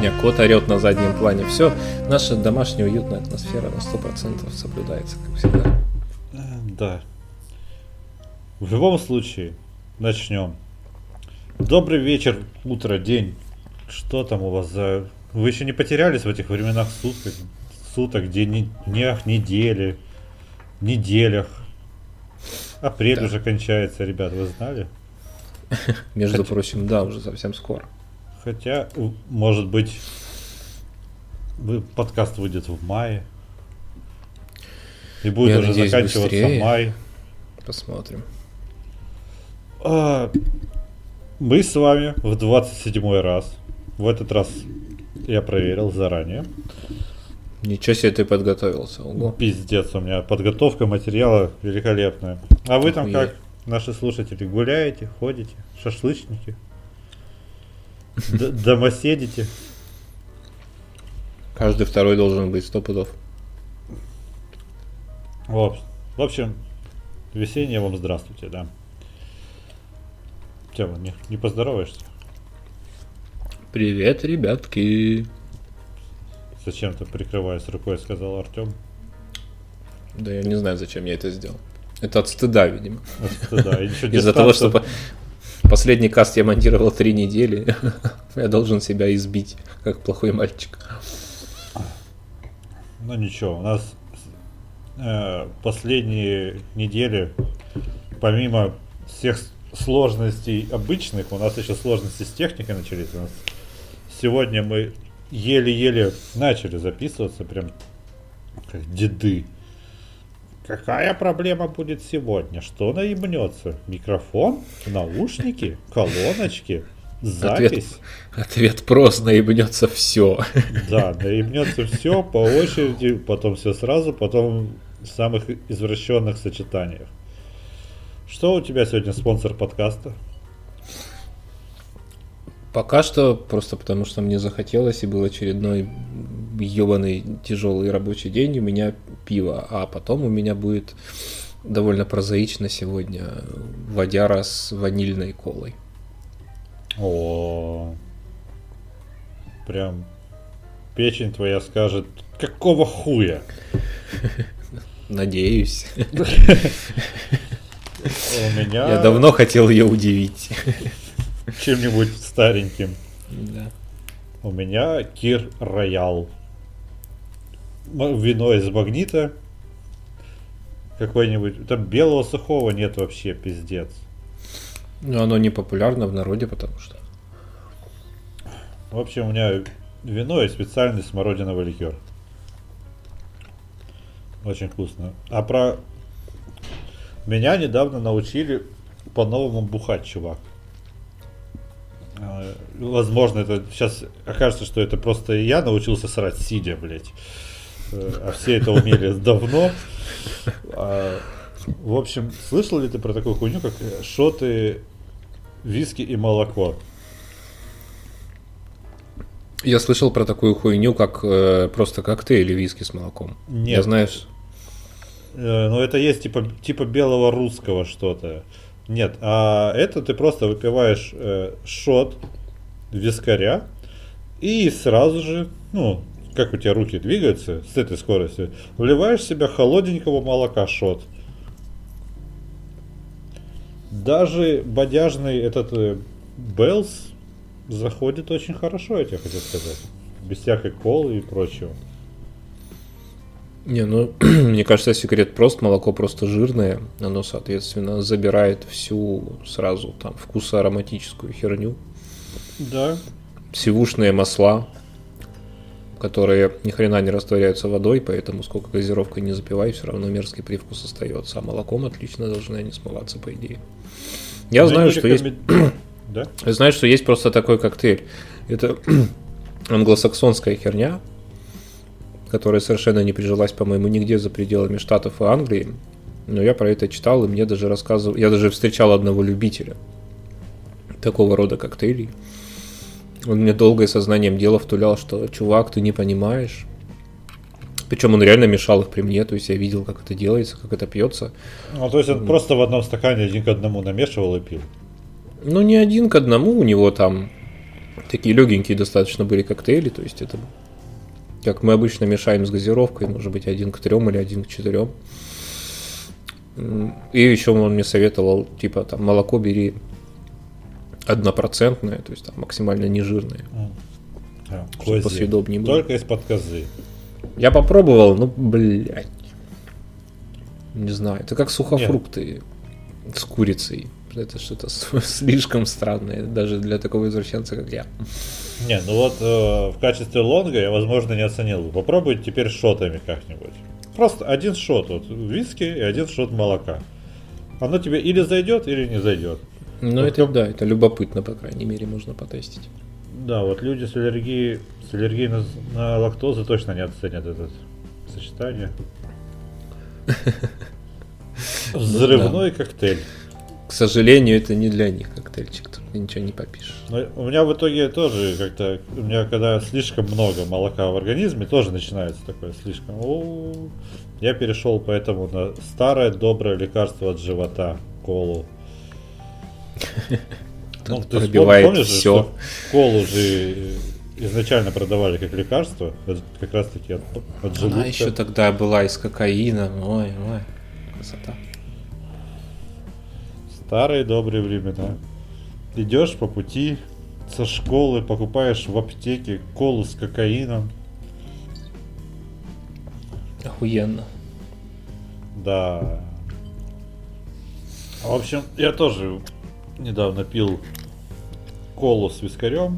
меня кот орет на заднем плане. Все, наша домашняя уютная атмосфера на 100% соблюдается, как всегда. Да. В любом случае, начнем. Добрый вечер, утро, день. Что там у вас за... Вы еще не потерялись в этих временах суток, днях, неделях? Апрель уже кончается, ребят, вы знали? Между прочим, да, уже совсем скоро. Хотя, может быть, подкаст выйдет в мае. И будет уже заканчиваться быстрее. Май. Посмотрим. Мы с вами в 27-й раз. В этот раз я проверил заранее. Ничего себе ты подготовился. Ого. Пиздец, у меня подготовка материала великолепная. А вы там как, наши слушатели, гуляете, ходите, шашлычники? Домоседите? Каждый второй должен быть 100 пудов. В общем, весеннее вам здравствуйте, да. Тема, не поздороваешься? Привет, ребятки. Зачем ты, прикрываясь рукой, сказал Артем? Да я не знаю, зачем я это сделал. Это от стыда, видимо. От стыда. Из-за того, что последний каст я монтировал 3 недели, я должен себя избить, как плохой мальчик. Ну ничего, у нас последние недели, помимо всех сложностей обычных, у нас еще сложности с техникой начались. У нас сегодня мы еле-еле начали записываться, прям как деды. Какая проблема будет сегодня? Что наебнется? Микрофон? Наушники? Колоночки? Запись? Ответ прост: наебнется все. Да, наебнется все по очереди, потом все сразу, потом в самых извращенных сочетаниях. Что у тебя сегодня спонсор подкаста? Пока что просто потому, что мне захотелось и был очередной ебаный тяжелый рабочий день, у меня пиво, а потом у меня будет довольно прозаично сегодня водяра с ванильной колой. О, прям печень твоя скажет: какого хуя? Надеюсь. Я давно хотел ее удивить. Чем-нибудь стареньким. Да. У меня Кир Роял. Вино из магнита. Какой-нибудь. Там белого сухого нет вообще, пиздец. Ну, оно не популярно в народе, потому что. В общем, у меня вино и специальный смородиновый ликер. Очень вкусно. Меня недавно научили по-новому бухать, чувак. Возможно, это сейчас окажется, что это просто я научился срать сидя, блять. А все это умели давно. В общем, слышал ли ты про такую хуйню, как шоты, виски и молоко? Я слышал про такую хуйню, как просто коктейль виски с молоком. Нет. Я знаю. Ну, это есть типа белого русского что-то. Нет, а это ты просто выпиваешь шот вискаря и сразу же, ну, как у тебя руки двигаются с этой скоростью, вливаешь в себя холодненького молока шот. Даже бодяжный этот Беллс заходит очень хорошо, я тебе хочу сказать. Без всякой колы и прочего. Не, ну, мне кажется, секрет прост, молоко просто жирное, оно, соответственно, забирает всю сразу там вкусоароматическую херню. Да. Сивушные масла, которые ни хрена не растворяются водой, поэтому сколько газировкой не запивай, все равно мерзкий привкус остается, а молоком отлично должны они смываться, по идее. Я знаю, что есть... Да? Я знаю, что есть просто такой коктейль. Это англосаксонская херня, которая совершенно не прижилась, по-моему, нигде за пределами Штатов и Англии. Но я про это читал, и мне даже рассказывал... Я даже встречал одного любителя такого рода коктейлей. Он мне долго и сознанием дела втулял, что, чувак, ты не понимаешь. Причем он реально мешал их при мне, то есть я видел, как это делается, как это пьется. Ну, то есть он просто в одном стакане 1 к 1 намешивал и пил? Ну, не 1 к 1, у него там Такие легенькие достаточно были коктейли, то есть это как мы обычно мешаем с газировкой, может быть 1 к 3 или 1 к 4. И еще он мне советовал, типа, там, молоко бери 1%, то есть там максимально нежирное. Чтобы посъедобнее было. Только из-под козы. Я попробовал, ну, блядь. Не знаю, это как сухофрукты с курицей. Это что-то слишком странное, даже для такого извращенца, как я. Не, ну вот в качестве лонга я, возможно, не оценил. Попробуйте теперь шотами как-нибудь. Просто один шот вот, виски и один шот молока. Оно тебе или зайдет, или не зайдет. Ну, вот это да, это любопытно, по крайней мере, можно потестить. Да, вот люди с аллергией на лактозу точно не оценят это сочетание. Взрывной коктейль. К сожалению, это не для них коктейльчик, тут ничего не попишешь. Но у меня в итоге тоже как-то, у меня когда слишком много молока в организме, тоже начинается такое слишком. Я перешел поэтому на старое доброе лекарство от живота, колу. Ну, ты пробивает все. Что колу же изначально продавали как лекарство, как раз таки от желудка. Она еще тогда была и с кокаином, ой, красота. Старые добрые времена. Идешь по пути со школы, покупаешь в аптеке колу с кокаином. Охуенно. Да. В общем, я тоже недавно пил колу с вискарем.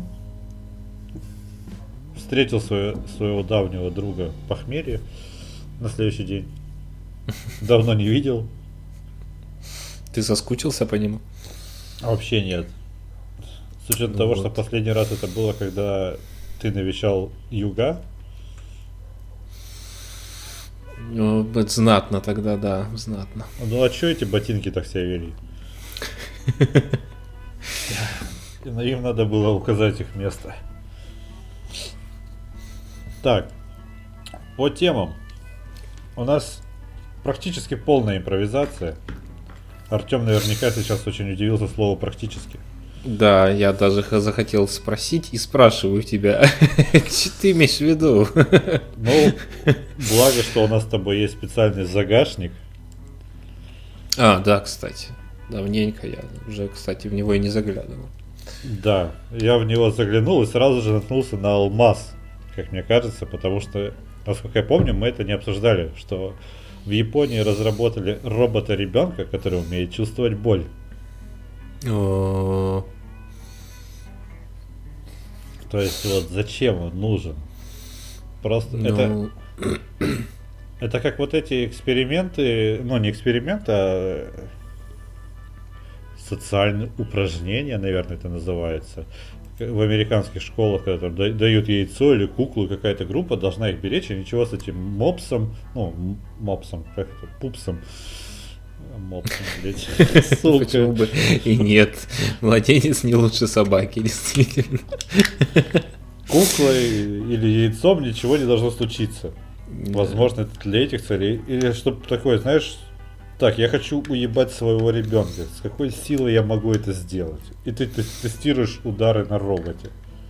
Встретил своего давнего друга похмелье на следующий день. Давно не видел. Ты соскучился по нему? Вообще нет. С учетом того, что последний раз это было, когда ты навещал Юга. Ну, это знатно тогда, да, знатно. Ну а чё эти ботинки так себя вели? Им надо было указать их место. Так, по темам. У нас практически полная импровизация. Артем наверняка сейчас очень удивился слову «практически». Да, я даже захотел спросить и спрашиваю тебя, что ты имеешь в виду? Ну, благо, что у нас с тобой есть специальный загашник. А, да, кстати. Давненько я уже, кстати, в него и не заглядывал. Да, я в него заглянул и сразу же наткнулся на алмаз, как мне кажется, потому что, насколько я помню, мы это не обсуждали, что в Японии разработали робота-ребенка, который умеет чувствовать боль. То есть вот зачем он нужен? Просто это как вот эти эксперименты, ну не эксперименты, а социальные упражнения, наверное, это называется. В американских школах, когда там дают яйцо или куклу, какая-то группа должна их беречь, и ничего с этим пупсом. Мопсом, блядь. Сука. Почему бы и нет. Младенец не лучше собаки, действительно. Куклой или яйцом ничего не должно случиться. Возможно, это для этих целей. Или чтобы такое, знаешь, так, я хочу уебать своего ребенка. С какой силой я могу это сделать? И ты тестируешь удары на роботе.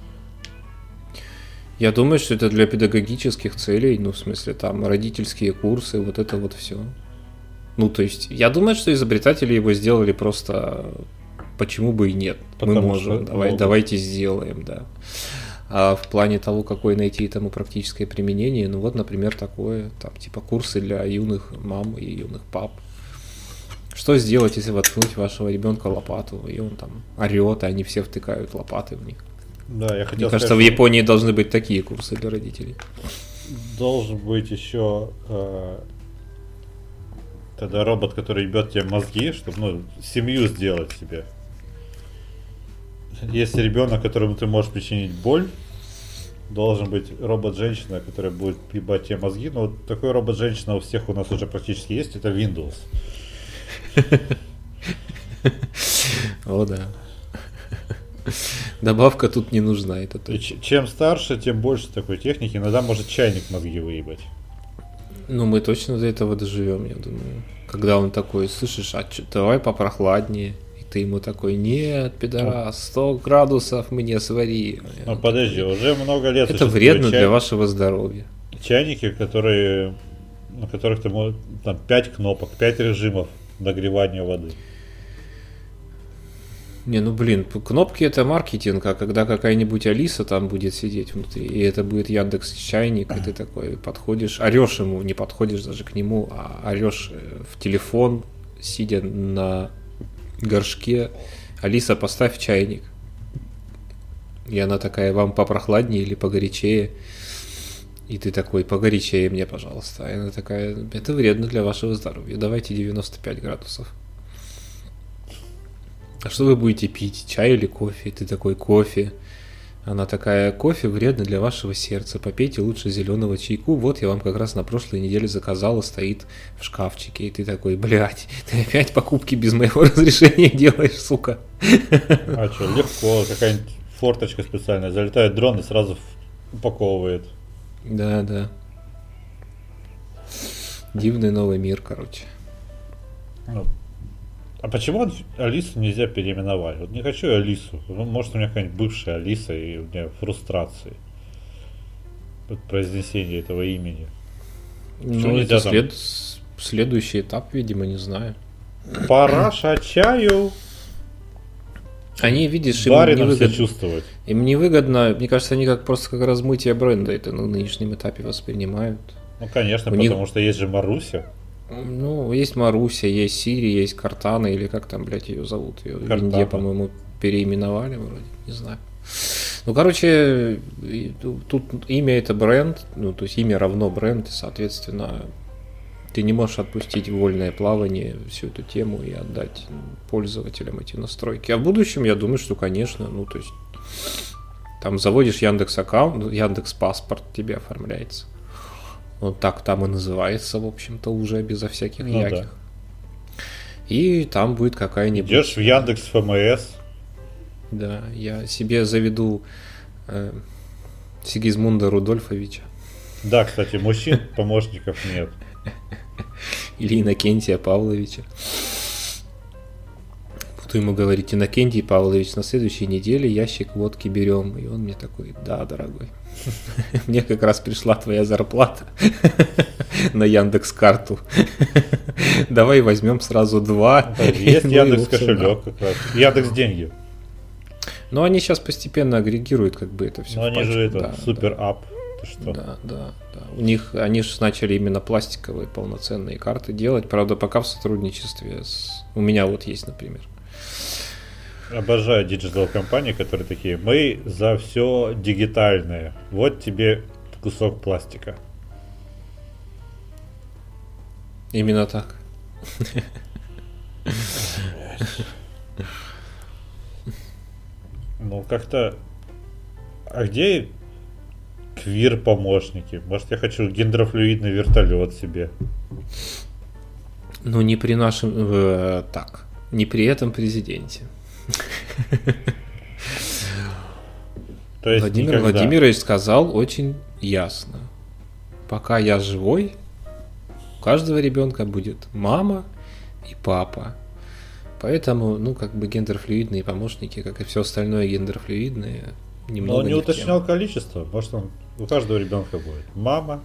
Я думаю, что это для педагогических целей, ну, в смысле, там, родительские курсы, вот это вот все. Ну, то есть, я думаю, что изобретатели его сделали просто почему бы и нет. Мы можем, давайте сделаем, да. А в плане того, какое найти этому практическое применение, ну вот, например, такое, там, типа курсы для юных мам и юных пап. Что сделать, если воткнуть вашего ребенка лопату, и он там орет, и они все втыкают лопаты в них? Да, я хотел Мне кажется, в Японии должны быть такие курсы для родителей. Должен быть еще тогда робот, который ебет тебе мозги, чтобы семью сделать себе. Если ребенок, которому ты можешь причинить боль, должен быть робот-женщина, которая будет ебать тебе мозги. Но вот такой робот-женщина у всех у нас уже практически есть, это Windows. О, да. Добавка тут не нужна, это точно. Чем старше, тем больше такой техники. Иногда может чайник мозги выебать. Ну, мы точно до этого доживем, я думаю. Когда он такой, слышишь, давай попрохладнее. И Ты ему такой: нет, пидорас, 100 градусов мне свари. Ну подожди, уже много лет это вредно для вашего здоровья. Чайники, на которых ты можешь, там 5 кнопок, 5 режимов нагревания воды. Не, ну блин, кнопки это маркетинг, а когда какая-нибудь Алиса там будет сидеть внутри, и это будет Яндекс чайник, и ты такой подходишь, орешь ему, не подходишь даже к нему, а орешь в телефон, сидя на горшке: Алиса, поставь чайник. И она такая: вам попрохладнее или погорячее? И ты такой: погорячее мне, пожалуйста. И она такая: это вредно для вашего здоровья, давайте 95 градусов. А что вы будете пить, чай или кофе? И ты такой: кофе. Она такая: кофе вредно для вашего сердца, попейте лучше зеленого чайку, вот я вам как раз на прошлой неделе заказала, стоит в шкафчике. И ты такой: блядь, ты опять покупки без моего разрешения делаешь, сука. А что, легко, какая-нибудь форточка специальная, залетает дрон и сразу упаковывает. Да. Дивный новый мир, короче. А почему Алису нельзя переименовать? Вот не хочу я Алису. Может, у меня какая-нибудь бывшая Алиса, и у меня фрустрации от произнесения этого имени. Ну, это следующий этап, видимо, не знаю. Параша чаю. Они, видишь, им невыгодно чувствовать. Им невыгодно, мне кажется, они просто как размытие бренда это на нынешнем этапе воспринимают. Ну, конечно, потому что есть же Маруся. Ну, есть Маруся, есть Сири, есть Картана, или как там, блядь, ее зовут. Ее в Винде, по-моему, переименовали вроде, не знаю. Ну, короче, тут имя это бренд, ну, то есть имя равно бренд, и, соответственно, ты не можешь отпустить в вольное плавание всю эту тему и отдать пользователям эти настройки. А в будущем, я думаю, что, конечно, ну, то есть, там заводишь Яндекс аккаунт, Яндекс паспорт тебе оформляется. Вот так там и называется, в общем-то, уже безо всяких яких. Да. И там будет какая-нибудь... Идешь в Яндекс ФМС. Да, я себе заведу Сигизмунда Рудольфовича. Да, кстати, мужчин помощников нет. Или Иннокентия Павловича. Буду ему говорить: Иннокентий Павлович, на следующей неделе ящик водки берем. И он мне такой: да, дорогой. Мне как раз пришла твоя зарплата на Яндекс.Карту. Давай возьмем сразу 2. Есть Яндекс кошелек как раз. Яндекс деньги. Но они сейчас постепенно агрегируют как бы это все. Но они же это супер ап. Что? Да. У них они же начали именно пластиковые полноценные карты делать, правда, пока в сотрудничестве у меня вот есть, например. Обожаю диджитал-компании, которые такие: мы за все дигитальное. Вот тебе кусок пластика. Именно так. Ну, как-то... А где квир-помощники? Может, я хочу гендерфлюидный вертолет себе? Ну, не при нашем... так. Не при этом президенте. То есть Владимир Владимирович сказал очень ясно: пока я живой, у каждого ребенка будет мама и папа. Поэтому, ну, как бы гендерфлюидные помощники, как и все остальное гендерфлюидное, немного. Но он не уточнял количество. Может, у каждого ребенка будет мама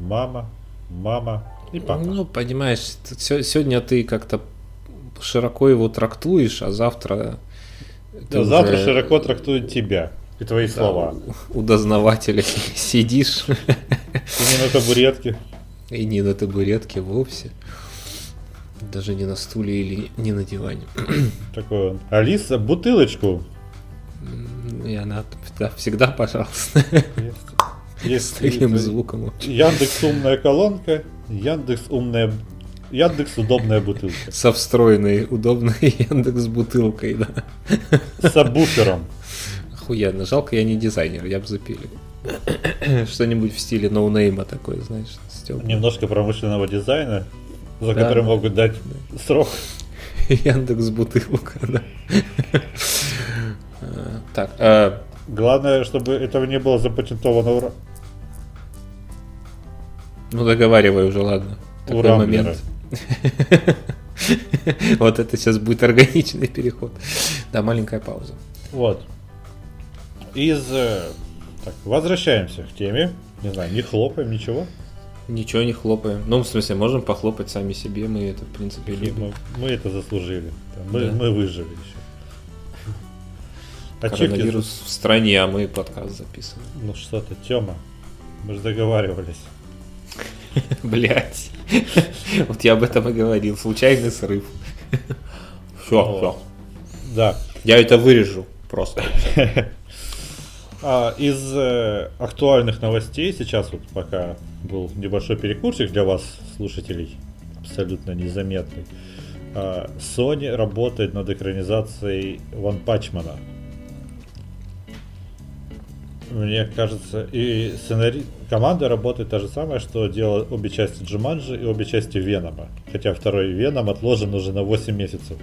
и папа. Ну, понимаешь, сегодня ты как-то широко его трактуешь, а завтра... Завтра широко трактуют тебя и твои слова. У дознавателя сидишь. И не на табуретке. И не на табуретке вовсе. Даже не на стуле или не на диване. Такой он: Алиса, бутылочку. И она: да, всегда, пожалуйста. Есть. С таким звуком. Яндекс умная колонка, Яндекс удобная бутылка. Со встроенной удобной Яндекс бутылкой, да. С сабвуфером. Охуенно. Жалко, я не дизайнер, я бы запилил. Что-нибудь в стиле ноунейма такое, знаешь. Немножко промышленного дизайна, за который могут дать срок. Яндекс бутылка, да. Так. Главное, чтобы этого не было запатентовано. Ну, договаривай уже, ладно. Такой момент. Вот это сейчас будет органичный переход. Да, маленькая пауза. Вот. Так, возвращаемся к теме. Не знаю, не хлопаем, ничего. Ничего не хлопаем. Ну, в смысле, можем похлопать сами себе. Мы это, в принципе, любим. Мы это заслужили. Мы выжили еще. Коронавирус в стране, а мы подкаст записываем. Ну что ты, Тёма, мы же договаривались. Блять. Вот я об этом и говорил. Случайный срыв. Все. Да. Я это вырежу просто. Из актуальных новостей сейчас вот пока был небольшой перекурсик для вас, слушателей, абсолютно незаметный. Sony работает над экранизацией Ванпанчмена. Мне кажется, и команда работает та же самая, что делала обе части Джуманджи и обе части Венома. Хотя второй Веном отложен уже на 8 месяцев.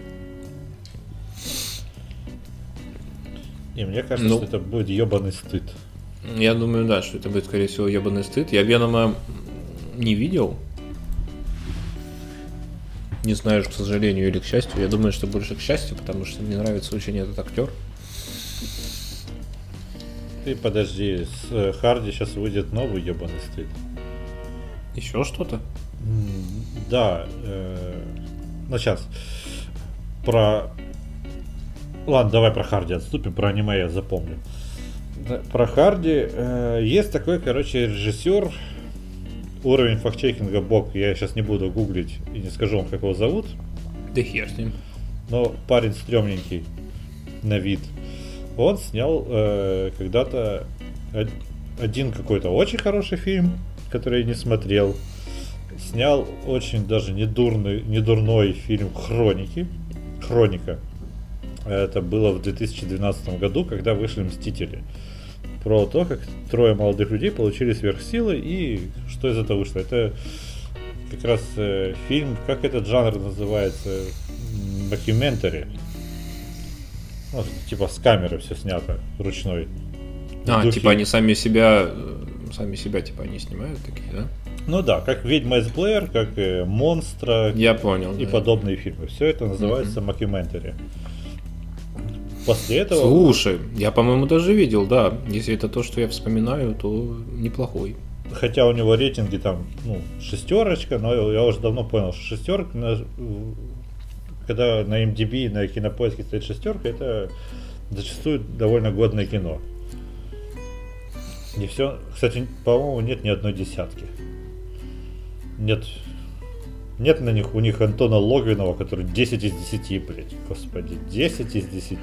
И мне кажется, что это будет ебаный стыд. Я думаю, да, что это будет, скорее всего, ебаный стыд. Я Венома не видел. Не знаю, к сожалению или к счастью. Я думаю, что больше к счастью, потому что мне нравится очень этот актер. Ты подожди, с Харди сейчас выйдет новый ебаный стыд. Еще что-то? Да. Ну сейчас. Ладно, давай про Харди отступим, про аниме я запомню. Про Харди есть такой, короче, режиссер. Уровень фактчекинга бог. Я сейчас не буду гуглить и не скажу вам, как его зовут. Да хер с ним. Но парень стрёмненький на вид. Он снял когда-то один какой-то очень хороший фильм, который я не смотрел. Снял очень даже недурной фильм Хроника. Это было в 2012 году, когда вышли «Мстители». Про то, как трое молодых людей получили сверхсилы и что из этого вышло. Это как раз фильм, как этот жанр называется? Мокюментари. Ну, типа с камеры все снято ручной. Типа они сами себя типа они снимают такие, да? Ну да, как «Ведьма из Блэр», как «Монстра». Я понял. И подобные фильмы. Все это называется мокюментари. После этого... Слушай, я, по-моему, даже видел, да. Если это то, что я вспоминаю, то неплохой. Хотя у него рейтинги там, 6, но я уже давно понял, что 6, когда на MDB, на Кинопоиске стоит 6, это зачастую довольно годное кино. Не все, кстати, по-моему, нет ни одной десятки. Нет у них Антона Логвинова, который 10 из 10, блядь. Господи, 10 из 10.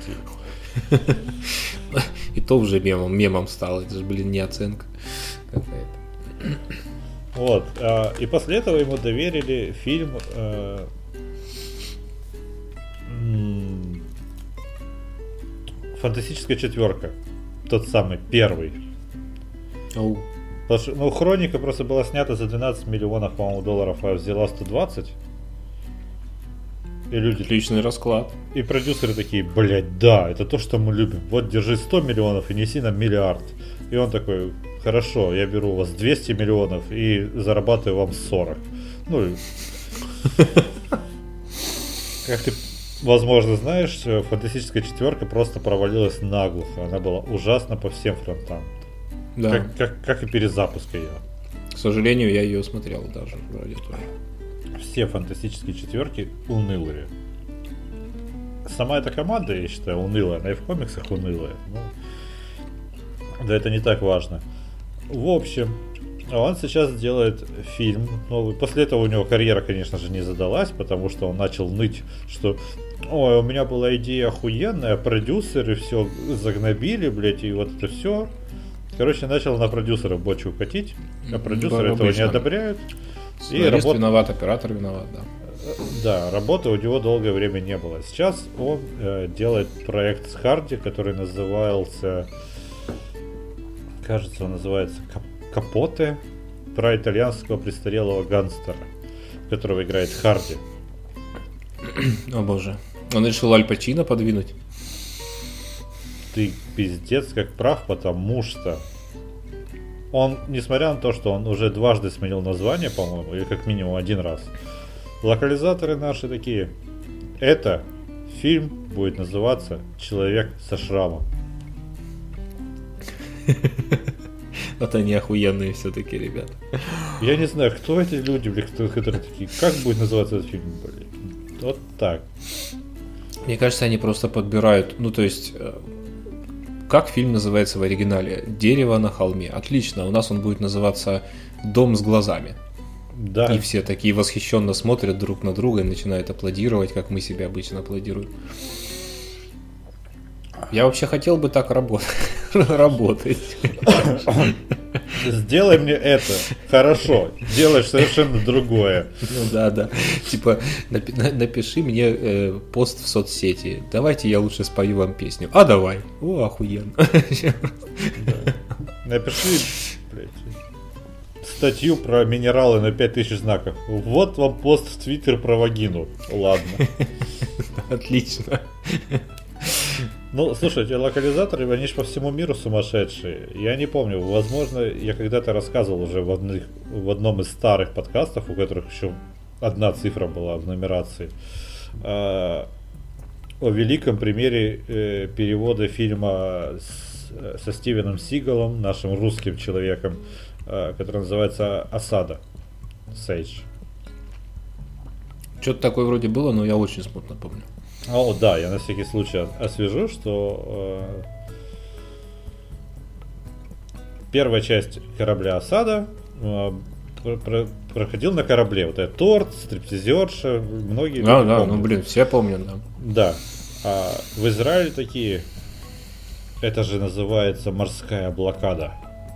И то уже мемом стало. Это же, не оценка какая-то. Вот. И после этого ему доверили фильм «Фантастическая четверка». Тот самый, первый. Потому что, Хроника просто была снята за 12 миллионов, по-моему, долларов, а взяла 120. И люди... Отличный расклад. И продюсеры такие, блядь, да, это то, что мы любим. Вот, держи 100 миллионов и неси нам миллиард. И он такой, хорошо, я беру у вас 200 миллионов и зарабатываю вам 40. Как ты, возможно, знаешь, «Фантастическая четверка» просто провалилась наглухо. Она была ужасна по всем фронтам. Да. Как и перезапуск ее. К сожалению, я ее смотрел даже вроде тоже. Все «Фантастические четверки» унылые. Сама эта команда, я считаю, унылая. Она и в комиксах унылая. Да, это не так важно. В общем, он сейчас делает фильм новый. После этого у него карьера, конечно же, не задалась, потому что он начал ныть, что ой, у меня была идея охуенная, продюсеры все загнобили, блядь, и вот это все. Короче, начал на продюсера бочку катить, а продюсеры этого не одобряют. Сценарист виноват, оператор виноват, да. Да, работы у него долгое время не было. Сейчас он делает проект с Харди, который назывался, кажется, он называется «Капоте», про итальянского престарелого гангстера, которого играет Харди. О боже. Он решил Аль Пачино подвинуть. Ты пиздец как прав, потому что он, несмотря на то, что он уже дважды сменил название, по-моему, или как минимум один раз, Локализаторы наши такие. Это фильм будет называться «Человек со шрамом». Вот они охуенные все-таки, ребята. Я не знаю, кто эти люди, блин, которые такие, как будет называться этот фильм, блин. Вот так. Мне кажется, они просто подбирают, ну то есть, как фильм называется в оригинале? «Дерево на холме». Отлично, у нас он будет называться «Дом с глазами». Да. И все такие восхищенно смотрят друг на друга и начинают аплодировать, как мы себе обычно аплодируем. Я вообще хотел бы так работать. Сделай мне это. Хорошо. Делаешь совершенно другое. Ну да. Типа, напиши мне пост в соцсети. Давайте я лучше спою вам песню. А давай. О, охуенно. Да. Напиши, блядь, статью про минералы на 5000 знаков. Вот вам пост в Твиттер про вагину. Ладно. Отлично. Ну, слушайте, локализаторы, они же по всему миру сумасшедшие. Я не помню, возможно, я когда-то рассказывал уже в одном из старых подкастов, у которых еще одна цифра была в нумерации, о великом примере перевода фильма со Стивеном Сигалом, нашим русским человеком, который называется «Осада». Сейдж. Что-то такое вроде было, но я очень смутно помню. О, да, я на всякий случай освежу, что первая часть корабля «Осада» проходил на корабле. Вот этот торт, стриптизерша, многие да, помнят. ну блин, все помнят, да. Да. А в Израиле такие, это же называется морская блокада.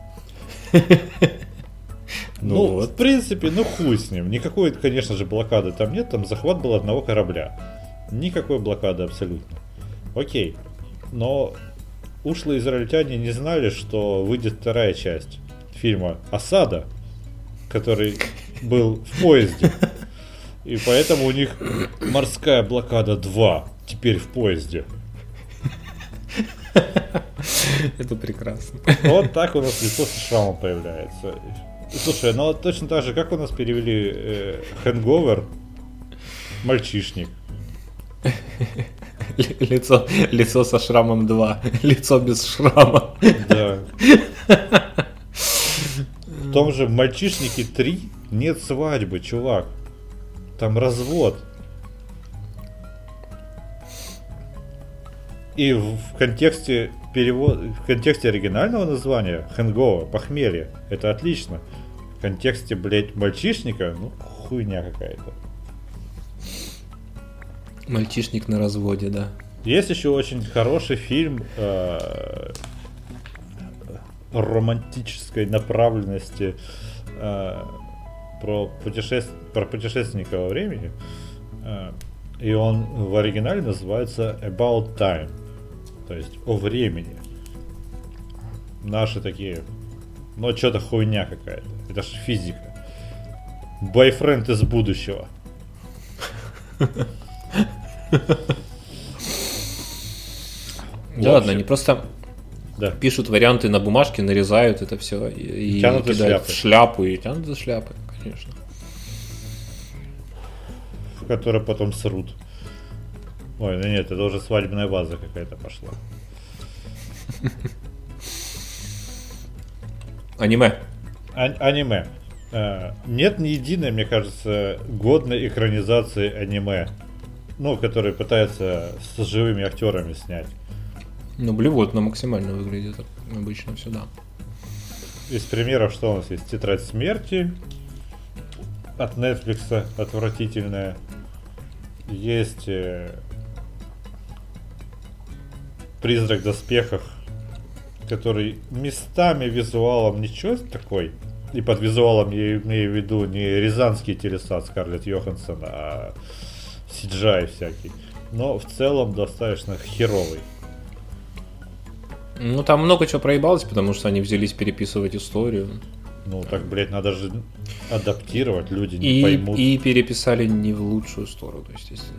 Ну, вот. В принципе, ну хуй с ним. Никакой, конечно же, блокады там нет, там захват был одного корабля. Никакой блокады абсолютно. Окей. Но ушлые израильтяне не знали, что выйдет вторая часть фильма «Осада», который был в поезде. И поэтому у них «Морская блокада 2» теперь в поезде. Это прекрасно. Вот так у нас лицо со шрамом появляется. Слушай, ну точно так же, как у нас перевели «Хэнговер», «Мальчишник». Лицо со шрамом 2. Лицо без шрама. Да. В том же «Мальчишнике 3» нет свадьбы, чувак. Там развод. И в контексте в контексте оригинального названия «Hangover», «Похмелье», это отлично. В контексте, блять, «Мальчишника», ну, хуйня какая-то. Мальчишник на разводе, да. Есть еще очень хороший фильм романтической направленности про путешественника во времени. И он в оригинале называется About Time. То есть о времени. Наши такие, ну что-то хуйня какая-то. Это ж физика. Бойфренд из будущего. Да ладно, они просто да. Пишут варианты на бумажке, нарезают это все и кидают в шляпу и тянут за шляпы, конечно. В которые потом срут. Ой, ну нет, это уже свадебная ваза какая-то пошла. Аниме. Аниме. Нет ни единой, мне кажется, годной экранизации аниме. Ну, которые пытаются с живыми актерами снять. Ну, блевотно максимально выглядит обычно все, да. Из примеров, что у нас есть? «Тетрадь смерти» от Netflix, отвратительная. Есть «Призрак в доспехах», который местами визуалом ничего такой. И под визуалом я имею в виду не рязанский телесат Скарлетт Йоханссон, а CGI всякий. Но в целом достаточно херовый. Ну, там много чего проебалось, потому что они взялись переписывать историю. Ну, так, блядь, надо же адаптировать, люди не поймут. И переписали не в лучшую сторону, естественно.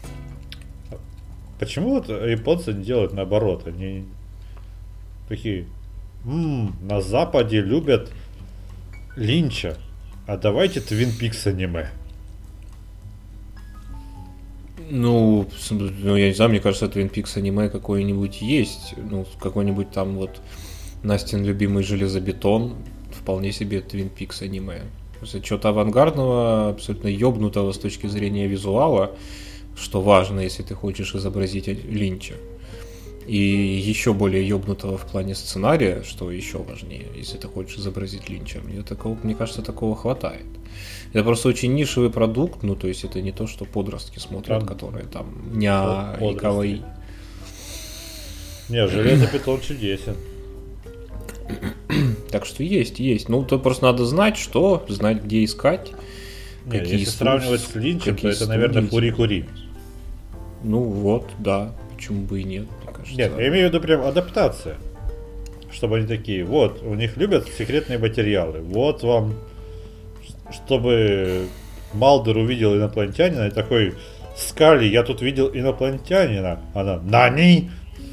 Почему вот японцы не делают наоборот? Они такие, на Западе любят Линча, а давайте Твин Пикс аниме. Я не знаю, мне кажется, Twin Peaks аниме какое-нибудь есть. Ну, какой-нибудь там вот Настин любимый железобетон, вполне себе Twin Peaks аниме. Что-то авангардного, абсолютно ёбнутого с точки зрения визуала, что важно, если ты хочешь изобразить Линча. И еще более ёбнутого в плане сценария, что еще важнее, если ты хочешь изобразить Линча. Мне кажется, такого хватает. Это просто очень нишевый продукт, ну, то есть это не то, что подростки смотрят, которые там ня и кавай. Не, железобетон чудесен. Так что есть. Ну, то просто надо знать, знать, где искать. Не, если сравнивать с Линчем, то это, наверное, Фури-Кури. Ну вот, да. Почему бы и нет, мне кажется. Нет, я имею в виду прям адаптация. Чтобы они такие, вот, у них любят секретные материалы. Вот вам, чтобы Малдер увидел инопланетянина и такой: Скали, я тут видел инопланетянина. Она: Нани!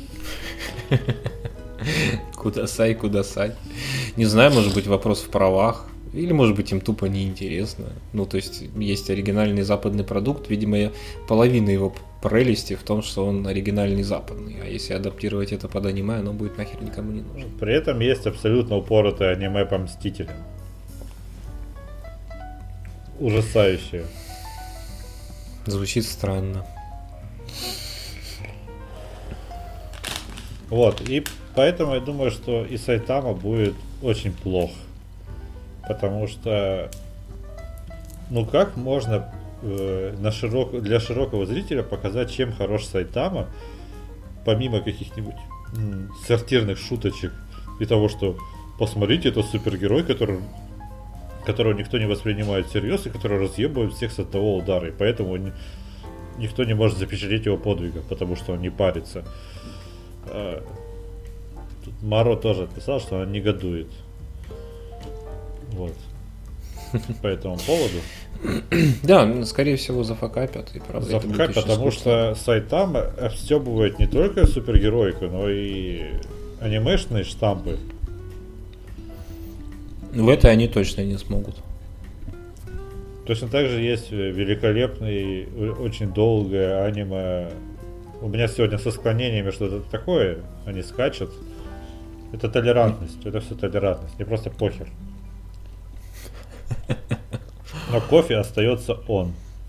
Кудасай. Не знаю, может быть, вопрос в правах. Или, может быть, им тупо неинтересно. Ну, то есть оригинальный западный продукт. Видимо, половина его прелести в том, что он оригинальный западный. А если адаптировать это под аниме, оно будет нахер никому не нужно. При этом есть абсолютно упоротое аниме по Мстителям. Ужасающее. Звучит странно. Вот, и поэтому я думаю, что и Сайтама будет очень плох. Потому что, ну как можно для широкого зрителя показать, чем хорош Сайтама, помимо каких-нибудь сортирных шуточек и того, что посмотрите, это супергерой, которого никто не воспринимает всерьез и который разъебывает всех с одного удара, и поэтому никто не может запечатлеть его подвига, потому что он не парится. Тут Маро тоже отписал, что она негодует. Вот. По этому поводу. Да, скорее всего, зафакапят. Зафакапят, потому что Сайтама обстебывает не только супергеройку, но и анимешные штампы. В это они точно не смогут. Точно так же есть великолепный, очень долгое аниме. У меня сегодня со склонениями что-то такое, они скачут. Это толерантность, это все толерантность, не просто похер. Но кофе остается он.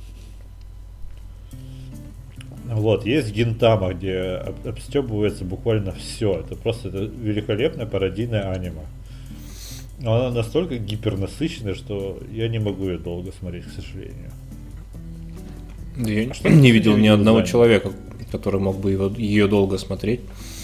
Вот, есть Гинтама, где обстебывается буквально все. Это просто великолепное пародийное аниме. Но она настолько гипернасыщенная, что я не могу ее долго смотреть, к сожалению. Я не видел ни одного человека, который мог бы ее долго смотреть.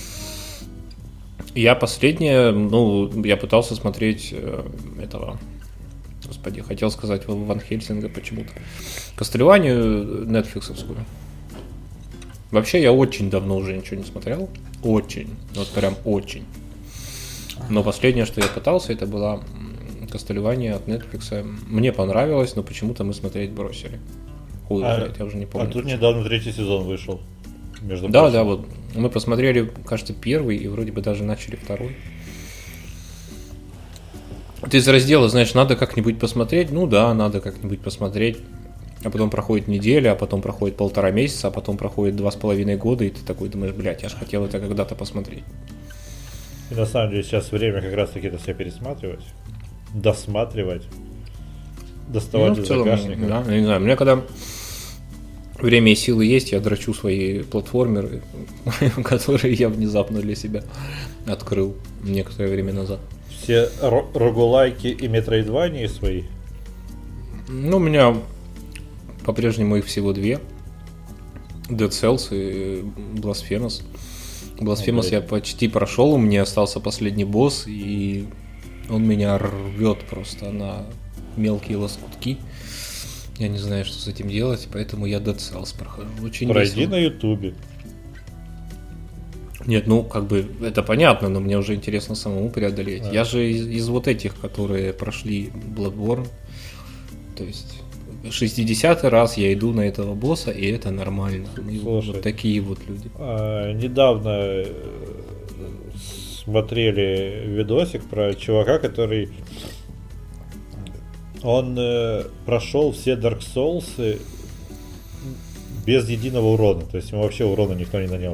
Я я пытался смотреть этого... Господи, хотел сказать Ван Хельсинга почему-то. Кастлванию нетфликсовскую. Вообще, я очень давно уже ничего не смотрел. Очень. Вот прям очень. Но последнее, что я пытался, это была Кастлвания от Netflix. Мне понравилось, но почему-то мы смотреть бросили. Я уже не помню. А тут недавно 3-й сезон вышел. Да, вот. Мы посмотрели, кажется, 1-й и вроде бы даже начали 2-й. Ты из раздела, знаешь, надо как-нибудь посмотреть. Ну да, надо как-нибудь посмотреть. А потом проходит неделя, а потом проходит 1,5 месяца, а потом проходит 2,5 года, и ты такой думаешь, блядь, я же хотел это когда-то посмотреть. И на самом деле сейчас время как раз таки это все пересматривать, досматривать, доставать из загашника. Да, я не знаю, у меня когда время и силы есть, я дрочу свои платформеры, которые я внезапно для себя открыл некоторое время назад. Все рогулайки и метроидвании свои? Ну, у меня по-прежнему их всего 2. Dead Cells и Blasphemous. Blasphemous я почти прошел, у меня остался последний босс, и он меня рвет просто на мелкие лоскутки. Я не знаю, что с этим делать, поэтому я Dead Cells прохожу. Очень Пройди весело. на ютубе. Нет, ну, как бы, это понятно, но мне уже интересно самому преодолеть. Я же из вот этих, которые прошли Bloodborne, то есть 60-й раз я иду на этого босса, и это нормально. Мы вот такие вот люди. Недавно смотрели видосик про чувака, который... Он прошел все Dark Souls без единого урона. То есть ему вообще урона никто не нанес.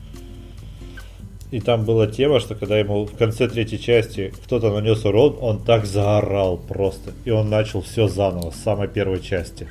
И там была тема, что когда ему в конце третьей части кто-то нанес урон, он так заорал просто. И он начал все заново, с самой первой части.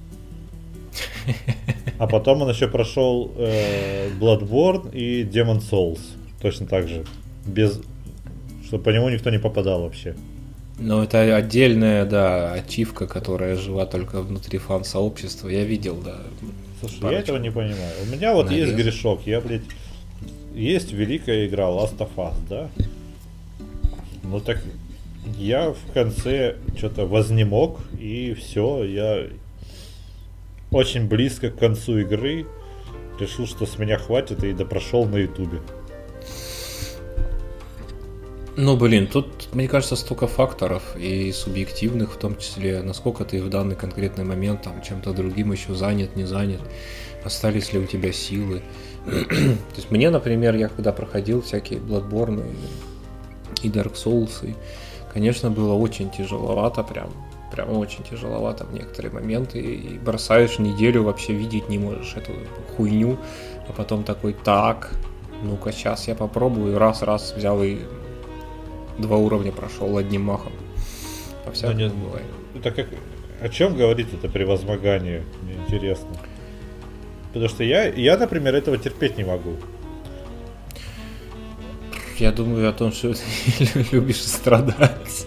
А потом он еще прошел Bloodborne и Demon's Souls. Точно так же. Без... Чтобы по нему никто не попадал вообще. Ну, это отдельная, да, ачивка, которая жива только внутри фан-сообщества. Я видел, да. Слушай, я этого не понимаю. У меня вот есть грешок. Я, блядь... Есть великая игра Last of Us, да? Ну так... Я в конце что-то вознемог, и все, я... Очень близко к концу игры решил, что с меня хватит, и допрошел на ютубе. Ну, блин, тут, мне кажется, столько факторов, и субъективных в том числе, насколько ты в данный конкретный момент там чем-то другим еще занят, не занят, остались ли у тебя силы. То есть мне, например, я когда проходил всякие Bloodborne и Dark Souls, и, конечно, было очень тяжеловато, прям очень тяжеловато в некоторые моменты, и бросаешь неделю, вообще видеть не можешь эту хуйню, а потом такой, так, ну-ка, сейчас я попробую, раз взял и 2 уровня прошел одним махом. По-всякому бывает. Это как... О чем говорит это превозмогание? Мне интересно. Потому что я, например, этого терпеть не могу. Я думаю о том, что ты любишь страдать.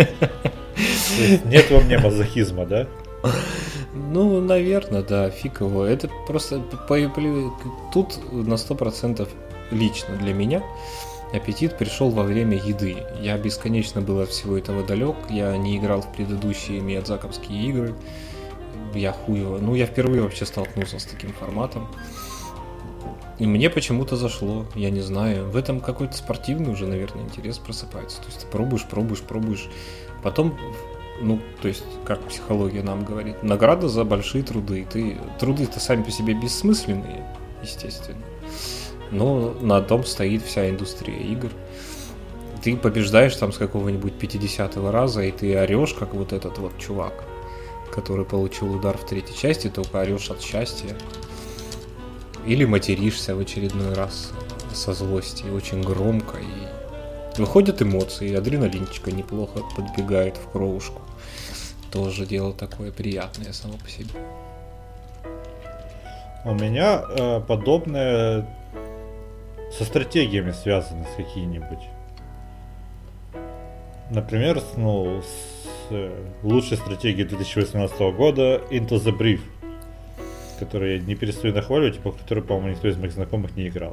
Нет во мне мазохизма, да? Ну, наверное, да, фиг его. Это просто тут на 100% лично для меня аппетит пришел во время еды. Я бесконечно был от всего этого далек. Я не играл в предыдущие миядзаковские игры. Я хуево. Ну, я впервые вообще столкнулся с таким форматом. И мне почему-то зашло, я не знаю. В этом какой-то спортивный уже, наверное, интерес просыпается. То есть ты пробуешь. Потом, ну, то есть, как психология нам говорит, награда за большие труды. Труды-то сами по себе бессмысленные, естественно. Но на том стоит вся индустрия игр. Ты побеждаешь там с какого-нибудь 50-го раза, и ты орешь, как вот этот вот чувак, который получил удар в 3-й части, только орешь от счастья. Или материшься в очередной раз со злости, очень громко. И выходят эмоции, адреналинчика неплохо подбегает в кровушку. Тоже дело такое приятное само по себе. У меня подобное со стратегиями связано с какие-нибудь. Например, с лучшей стратегией 2018 года Into the Brief, которую я не перестаю нахваливать, и по которой, по-моему, никто из моих знакомых не играл.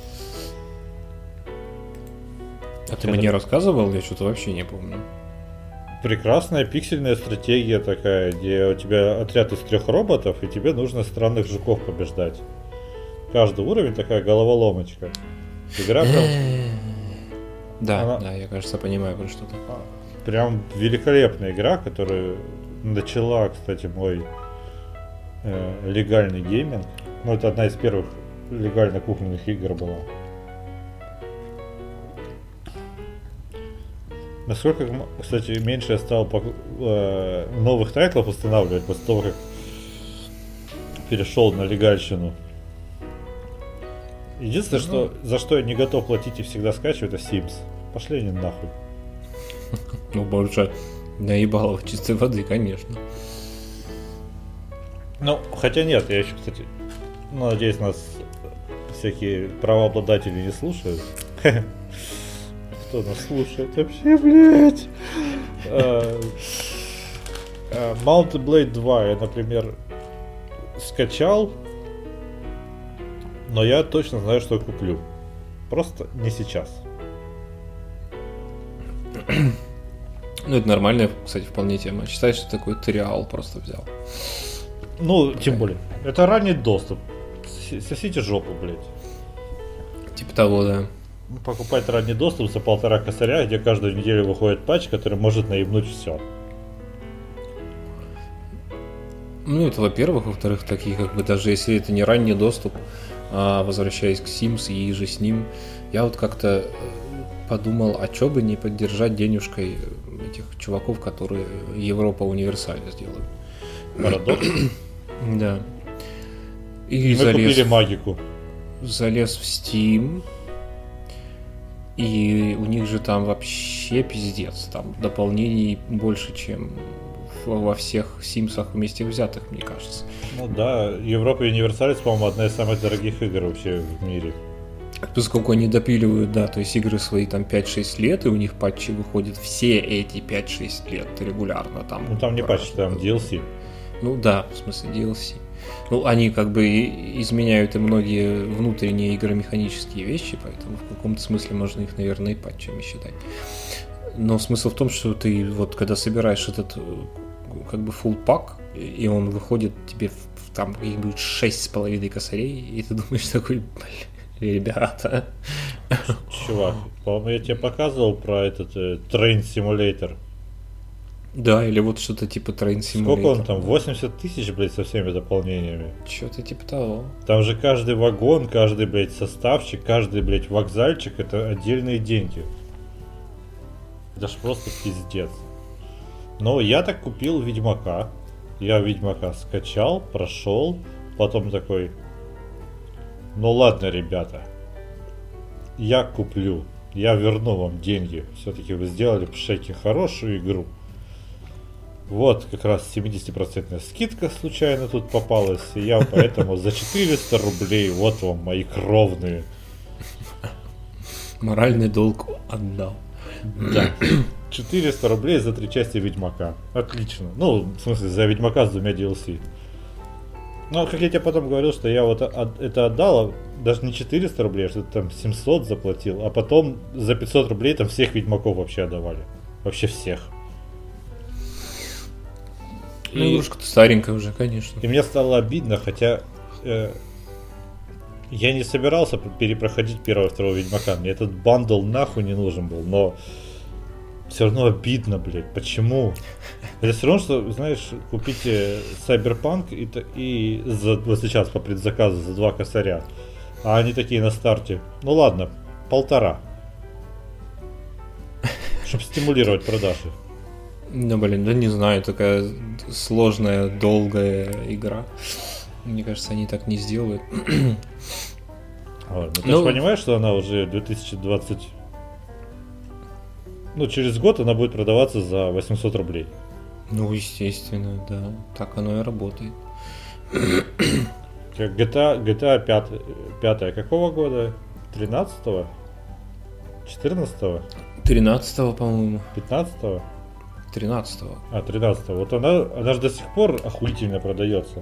А ты мне рассказывал? Я что-то вообще не помню. Прекрасная пиксельная стратегия такая, где у тебя отряд из 3 роботов, и тебе нужно странных жуков побеждать. Каждый уровень такая головоломочка. Игра прям... Да, я, кажется, понимаю, про что-то. Прям великолепная игра, которая начала, кстати, мой легальный гейминг. Ну, это одна из первых легально купленных игр была. Насколько, кстати, меньше я стал новых тайтлов устанавливать после того, как перешел на легальщину. Единственное, за что я не готов платить и всегда скачиваю, это Sims. Пошли они нахуй. Ну, больше наебалово чистой воды, конечно. Ну, хотя нет, я еще, кстати, надеюсь, нас всякие правообладатели не слушают. Кто нас слушает вообще, блядь? Mount Blade 2 я, например, скачал, но я точно знаю, что куплю. Просто не сейчас. Ну, это нормальная, кстати, вполне тема. Считай, что такой туриал просто взял. Ну, тем более. Это ранний доступ. Сосите жопу, блядь. Типа того, да. Покупать ранний доступ за 1,5 косаря, где каждую неделю выходит патч, который может наебнуть все. Ну, это во-первых. Во-вторых, такие, как бы, даже если это не ранний доступ, а возвращаясь к Sims и же с ним, я вот как-то подумал, а чё бы не поддержать денежкой этих чуваков, которые Европа Универсале сделают. Парадокс? Да. И мы купили магику. Залез в Steam, и у них же там вообще пиздец. Там дополнений больше, чем во всех Симсах вместе взятых, мне кажется. Ну да, Европа Universalis, по-моему, одна из самых дорогих игр вообще в мире. Поскольку они допиливают, да, то есть игры свои там 5-6 лет, и у них патчи выходят все эти 5-6 лет регулярно. Там, ну там не патчи, там DLC. Ну да, в смысле DLC. Ну, они как бы изменяют и многие внутренние игромеханические вещи, поэтому в каком-то смысле можно их, наверное, и патчами считать. Но смысл в том, что ты вот когда собираешь этот как бы full пак, и он выходит тебе в там каких-нибудь 6,5 косарей, и ты думаешь такой, ребята. Чувак, по-моему, я тебе показывал про этот Train Simulator. Да, или вот что-то типа Train Simulator. Сколько он там? 80 тысяч, блядь, со всеми дополнениями. Что-то типа того. Там же каждый вагон, каждый, блядь, составчик, каждый, блядь, вокзальчик — это отдельные деньги. Это ж просто пиздец. Но я так купил Ведьмака. Я Ведьмака скачал, прошел, потом такой: ну ладно, ребята, я куплю, я верну вам деньги. Все-таки вы сделали в Шеке хорошую игру. Вот как раз 70% скидка случайно тут попалась, и я поэтому за 400 рублей, вот вам мои кровные. Моральный долг отдал. Да. 400 рублей за 3 части Ведьмака. Отлично. Ну, в смысле, за Ведьмака с 2 DLC. Ну, как я тебе потом говорил, что я вот это отдал, даже не 400 рублей, а что-то там 700 заплатил, а потом за 500 рублей там всех Ведьмаков вообще отдавали. Вообще всех. Ну, игрушка-то старенькая уже, конечно. И мне стало обидно, хотя я не собирался перепроходить первого и второго Ведьмака. Мне этот бандл нахуй не нужен был, но все равно обидно, блядь. Почему? Это все равно, что, знаешь, купите Cyberpunk и вот сейчас по предзаказу за 2 косаря. А они такие на старте: ну ладно, 1,5. Чтобы стимулировать продажи. Ну, блин, да не знаю, такая сложная, долгая игра. Мне кажется, они так не сделают. Ну, ты же понимаешь, что она уже 2020... Ну, через год она будет продаваться за 800 рублей. Ну, естественно, да. Так оно и работает. GTA 5 какого года? 13-го? 14-го? 13-го, по-моему. 15-го? 13-го. А, 13-го. Вот она же до сих пор охуительно продается.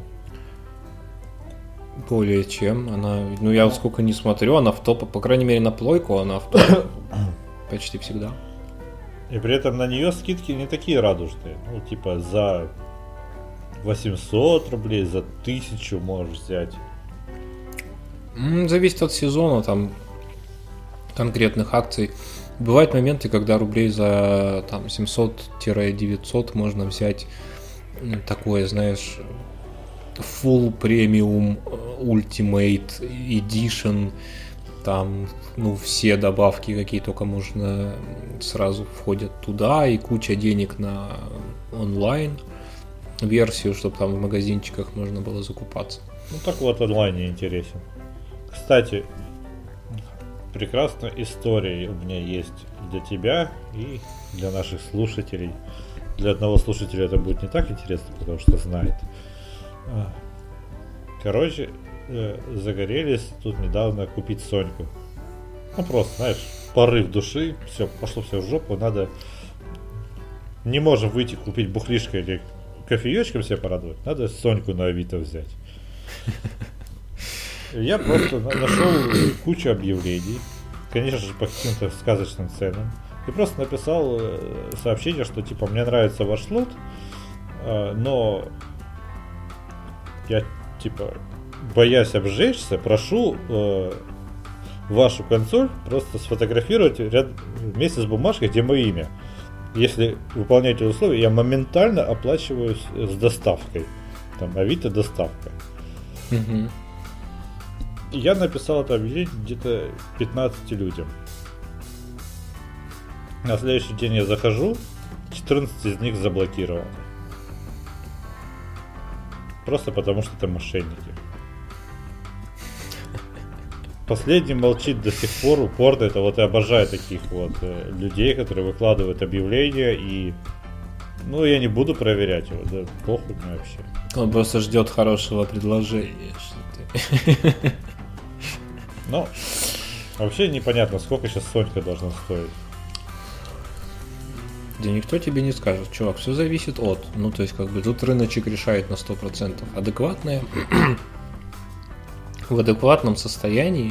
Более чем. Она, ну, я вот сколько не смотрю, она в топе, по крайней мере, на плойку она в топе почти всегда. И при этом на нее скидки не такие радужные. Ну, типа за 800 рублей, за 1000 можешь взять. Зависит от сезона, там конкретных акций. Бывают моменты, когда рублей за там 700-900 можно взять такое, знаешь, full premium ultimate edition, там, ну, все добавки, какие только можно, сразу входят туда, и куча денег на онлайн версию, чтобы там в магазинчиках можно было закупаться. Ну так вот, онлайн не интересен. Кстати, прекрасная история у меня есть для тебя и для наших слушателей. Для одного слушателя это будет не так интересно, потому что знает. Короче, загорелись тут недавно купить Соньку. Ну просто, знаешь, порыв души, все, пошло все в жопу, надо... Не можем выйти купить бухлишко или кофеечком себе порадовать, надо Соньку на Авито взять. Я просто нашел кучу объявлений, конечно же, по каким-то сказочным ценам, и просто написал сообщение, что типа мне нравится ваш лот, но я типа, боясь обжечься, прошу вашу консоль просто сфотографировать вместе с бумажкой, где мое имя. Если выполняете условия, я моментально оплачиваю с доставкой. Там Авито доставка. Угу. Я написал это объявление где-то 15 людям. На следующий день я захожу, 14 из них заблокированы. Просто потому что это мошенники. последний молчит до сих пор упорно. Это вот я обожаю таких вот людей, которые выкладывают объявления и... Ну, я не буду проверять его, да похуй мне вообще. Он просто ждет хорошего предложения. Что ты... Ну, вообще непонятно, сколько сейчас Сонька должна стоить. Да никто тебе не скажет, чувак, все зависит от. Ну, то есть, как бы, тут рыночек решает на 100%. Адекватное... В адекватном состоянии,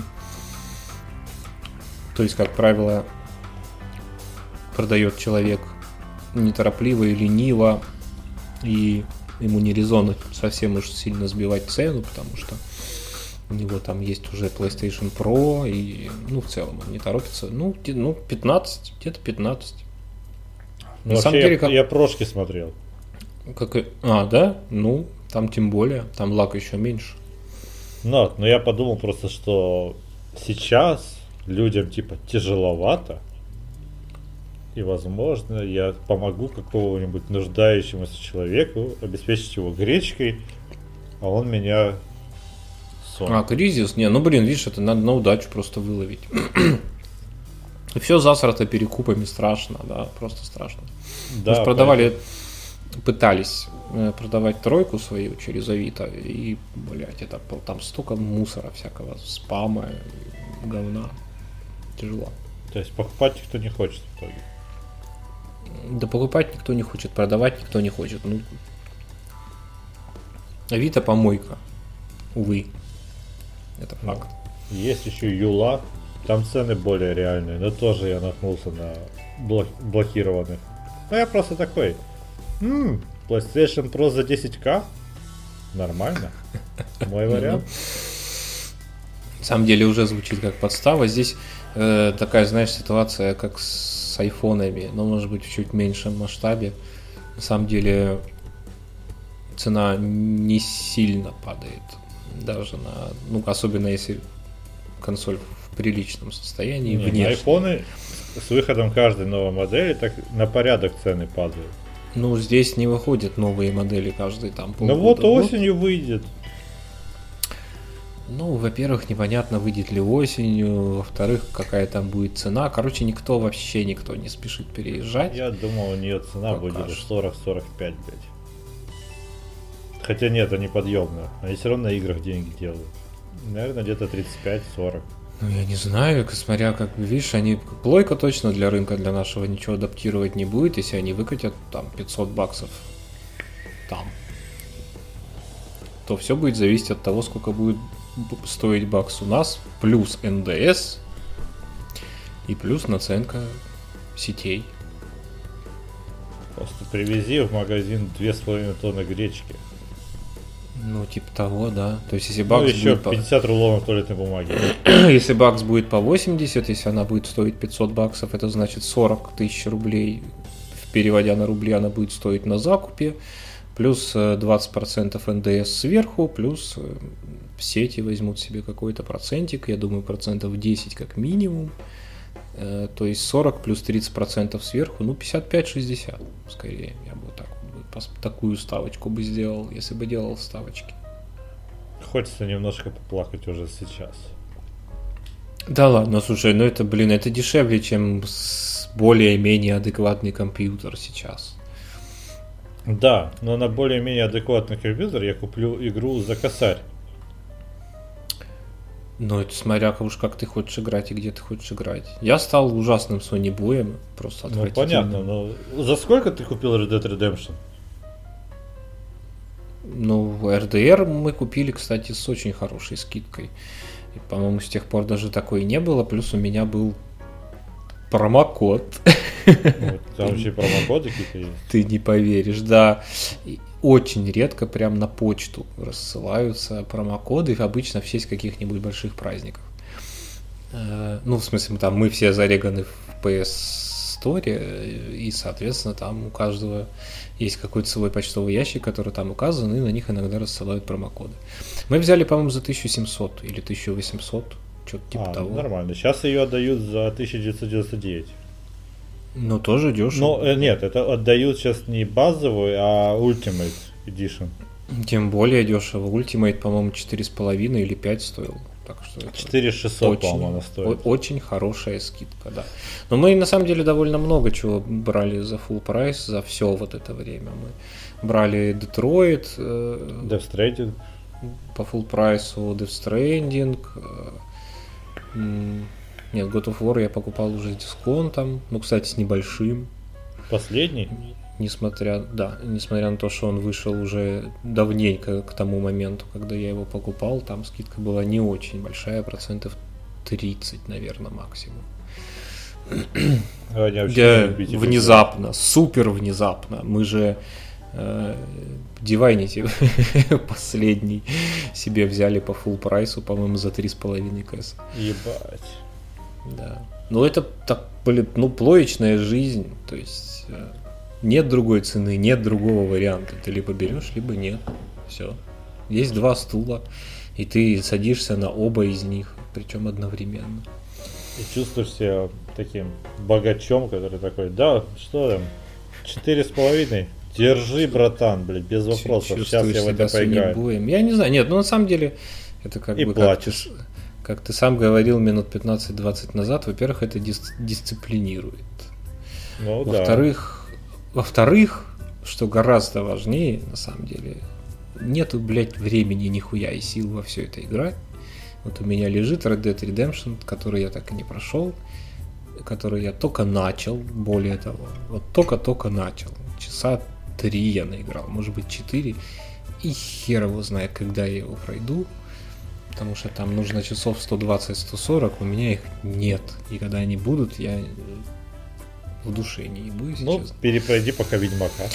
то есть, как правило, продает человек неторопливо и лениво, и ему не резонно совсем уж сильно сбивать цену, потому что у него там есть уже PlayStation Pro, и, ну, в целом он не торопится. Ну 15, где-то 15. На самом деле, я прошки смотрел. Да? Ну, там тем более, там лак еще меньше. Но я подумал просто, что сейчас людям типа тяжеловато, и возможно я помогу какому-нибудь нуждающемуся человеку обеспечить его гречкой, а он меня кризис? Не, ну блин, видишь, это надо на удачу просто выловить. И все засрато перекупами, страшно, да, просто страшно. Да, мы же продавали, пытались продавать тройку свою через Авито, и, блядь, это там столько мусора всякого, спама, говна. Тяжело. То есть покупать никто не хочет в итоге? Да покупать никто не хочет, продавать никто не хочет. Ну, Авито помойка. Увы. Это факт. Есть еще Юла. Там цены более реальные, но тоже я наткнулся на блокированных. Ну я просто такой. PlayStation Pro за 10К? Нормально. Мой вариант. На самом деле уже звучит как подстава. Здесь такая, знаешь, ситуация, как с айфонами, но может быть в чуть меньшем масштабе. На самом деле цена не сильно падает. Даже на... Ну, особенно если консоль в приличном состоянии. На айфоны с выходом каждой новой модели так на порядок цены падают. Ну, здесь не выходят новые модели каждый там полгода. Ну вот осенью выйдет. Ну, во-первых, непонятно, выйдет ли осенью. Во-вторых, какая там будет цена. Короче, никто не спешит переезжать. Я думал, у нее цена будет 40-45, блядь. Хотя нет, они подъемные. Они все равно на играх деньги делают. Наверное, где-то 35-40. Ну, я не знаю, смотря как, видишь, они... Плойка точно для рынка, для нашего ничего адаптировать не будет, если они выкатят там $500 там. То все будет зависеть от того, сколько будет стоить бакс у нас, плюс НДС и плюс наценка сетей. Просто привези в магазин 2,5 тонны гречки. Ну, типа того, да. То есть, если бакс еще будет 50 рулонов туалетной бумаги. Если бакс будет по 80, если она будет стоить $500, это значит 40 тысяч рублей. Переводя на рубли, она будет стоить на закупе. Плюс 20% НДС сверху, плюс сети возьмут себе какой-то процентик. Я думаю, 10% как минимум. То есть 40 плюс 30% сверху, ну 55-60 скорее. Я бы вот так такую ставочку бы сделал, если бы делал ставочки. Хочется немножко поплакать уже сейчас. Да ладно, слушай, ну это, блин, это дешевле, чем более-менее адекватный компьютер сейчас. Да, но на более-менее адекватный компьютер я куплю игру за косарь. Ну, это смотря уж как ты хочешь играть и где ты хочешь играть. Я стал ужасным Sony боем, просто отвратительным. Ну, понятно, но за сколько ты купил Red Dead Redemption? Ну, RDR мы купили, кстати, с очень хорошей скидкой. И, по-моему, с тех пор даже такой не было. Плюс у меня был промокод. Там вообще промокоды какие-то есть? Ты не поверишь, да. И очень редко прям на почту рассылаются промокоды. Обычно в честь каких-нибудь больших праздников. Ну, в смысле, там мы все зареганы в PS Store, и, соответственно, там у каждого есть какой-то свой почтовый ящик, который там указан, и на них иногда рассылают промокоды. Мы взяли, по-моему, за 1700 или 1800, что-то типа того. Нормально. Сейчас ее отдают за 1999. Ну, тоже дешево. Ну, нет, это отдают сейчас не базовую, а Ultimate Edition. Тем более дешево. Ultimate, по-моему, 4,5 или 5 стоил. Так что это 4600, по-моему, она стоит. Очень хорошая скидка, да. Но мы на самом деле довольно много чего брали за full прайс за все вот это время. Мы брали Detroit, Death Stranding по full прайсу, Death Stranding. Нет, God of War я покупал уже с дисконтом, ну, кстати, с небольшим. Последний? Несмотря на то, что он вышел уже давненько к тому моменту, когда я его покупал, там скидка была не очень большая, 30%, наверное, максимум. Внезапно, супер внезапно. Мы же Divinity последний себе взяли по full прайсу, по-моему, за 3,5 кэс. Ебать. Да. Ну это так, блин, ну плоечная жизнь, то есть нет другой цены, нет другого варианта. Ты либо берешь, либо нет. Все. Есть два стула, и ты садишься на оба из них, причем одновременно. И чувствуешь себя таким богачом, который такой, да, что там, 4,5. Держи, братан, блядь, без вопросов. Сейчас я в это поиграю. Я не знаю, нет, ну на самом деле это как и бы платишь. как ты сам говорил минут 15-20 назад, во-первых, это дисциплинирует. Ну, во-вторых, что гораздо важнее, на самом деле, нету, блядь, времени нихуя и сил во все это играть. Вот у меня лежит Red Dead Redemption, который я так и не прошел, который я только начал, более того, вот только начал. Часа 3 я наиграл, может быть 4, и хер его знает, когда я его пройду, потому что там нужно часов 120-140, у меня их нет, и когда они будут, я в душе не ебу, если честно. Ну, перепройди пока Ведьмака.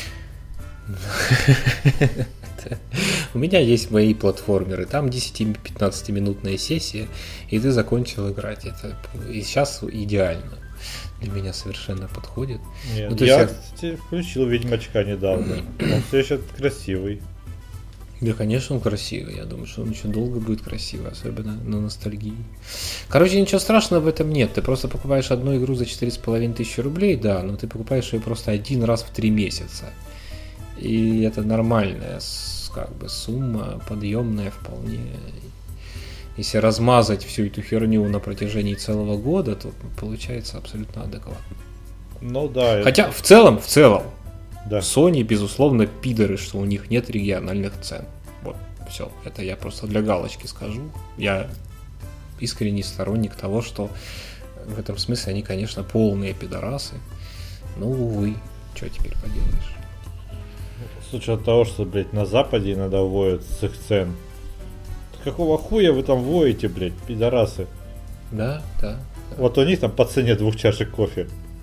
У меня есть мои платформеры, там 10-15 минутная сессия, и ты закончил играть. Это и сейчас идеально. Для меня совершенно подходит. Нет, ну, я, кстати, включил Ведьмачка недавно. Он все еще красивый. Да, конечно, он красивый. Я думаю, что он еще долго будет красивый, особенно на ностальгии. Короче, ничего страшного в этом нет. Ты просто покупаешь одну игру за 4500 рублей, да, но ты покупаешь ее просто один раз в 3 месяца. И это нормальная как бы сумма, подъемная вполне. Если размазать всю эту херню на протяжении целого года, то получается абсолютно адекватно. Ну да. Хотя в целом, да. Sony, безусловно, пидоры, что у них нет региональных цен. Вот, все. Это я просто для галочки скажу. Я искренний сторонник того, что в этом смысле они, конечно, полные пидорасы. Но, увы, что теперь поделаешь. С учетом того, что, блядь, на Западе иногда вводят с их цен. Какого хуя вы там воете, блядь, пидорасы? Да. Вот у них там по цене 2 чашек кофе.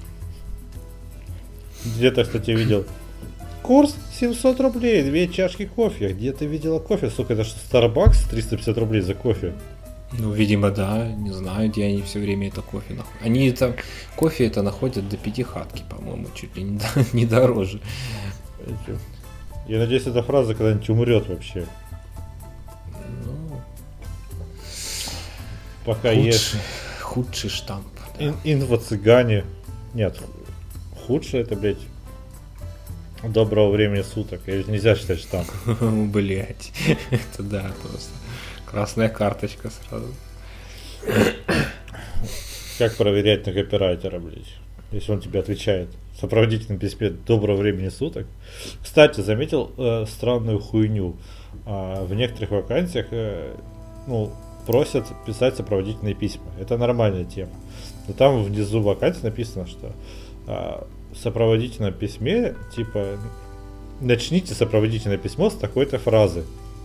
Где-то, кстати, видел. Курс 700 рублей, 2 чашки кофе. Где ты видела кофе? Сука, это что, Starbucks 350 рублей за кофе? Ну, видимо, да. Не знаю, где они все время это кофе находят. Они это кофе это находят до Пятихатки, по-моему, чуть ли не дороже. Я надеюсь, эта фраза когда-нибудь умрет вообще. Ну, пока есть худший штамп. Да. Инфо-цыгане. Нет, худшее это, блядь, доброго времени суток. Нельзя считать штамп. Блять. Это да, просто красная карточка сразу. Как проверять на копирайтера, блядь, если он тебе отвечает в сопроводительном письме доброго времени суток? Кстати, заметил странную хуйню. В некоторых вакансиях просят писать сопроводительные письма. Это нормальная тема. Но там внизу вакансии написано, что в сопроводительном письме, типа, начните сопроводительное письмо с такой-то фразы.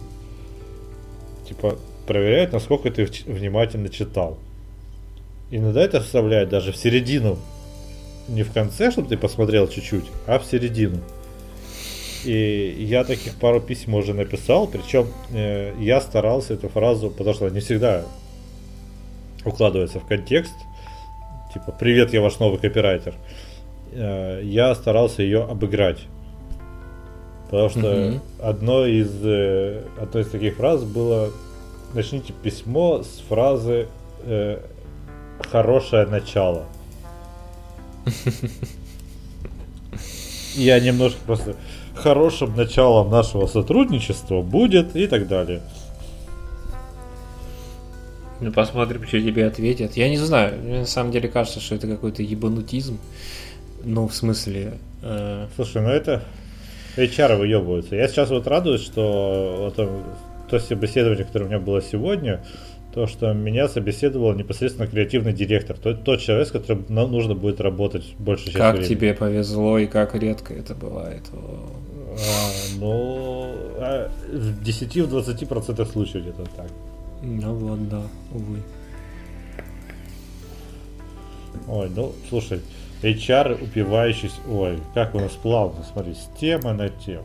Типа, проверяют, насколько ты внимательно читал. Иногда это вставляют даже в середину. Не в конце, чтобы ты посмотрел чуть-чуть, а в середину. И я таких пару писем уже написал, причем я старался эту фразу, потому что не всегда укладывается в контекст. Типа, привет, я ваш новый копирайтер. Я старался ее обыграть. Потому что одной из таких фраз было: начните письмо с фразы «хорошее начало». Я немножко просто хорошим началом нашего сотрудничества будет и так далее. Ну, посмотрим, что тебе ответят. Я не знаю, мне на самом деле кажется, что это какой-то ебанутизм. Ну, в смысле... Слушай, ну это HR выебываются. Я сейчас вот радуюсь, что то собеседование, которое у меня было сегодня, то, что меня собеседовал непосредственно креативный директор. Тот человек, с которым нам нужно будет работать большую часть времени. Как тебе повезло и как редко это бывает. В 10-20% случаев где-то так. Ну вот, да, увы. Ой, ну, слушай, HR, упивающийся... Ой, как у нас плавно, смотри, с темы на тему.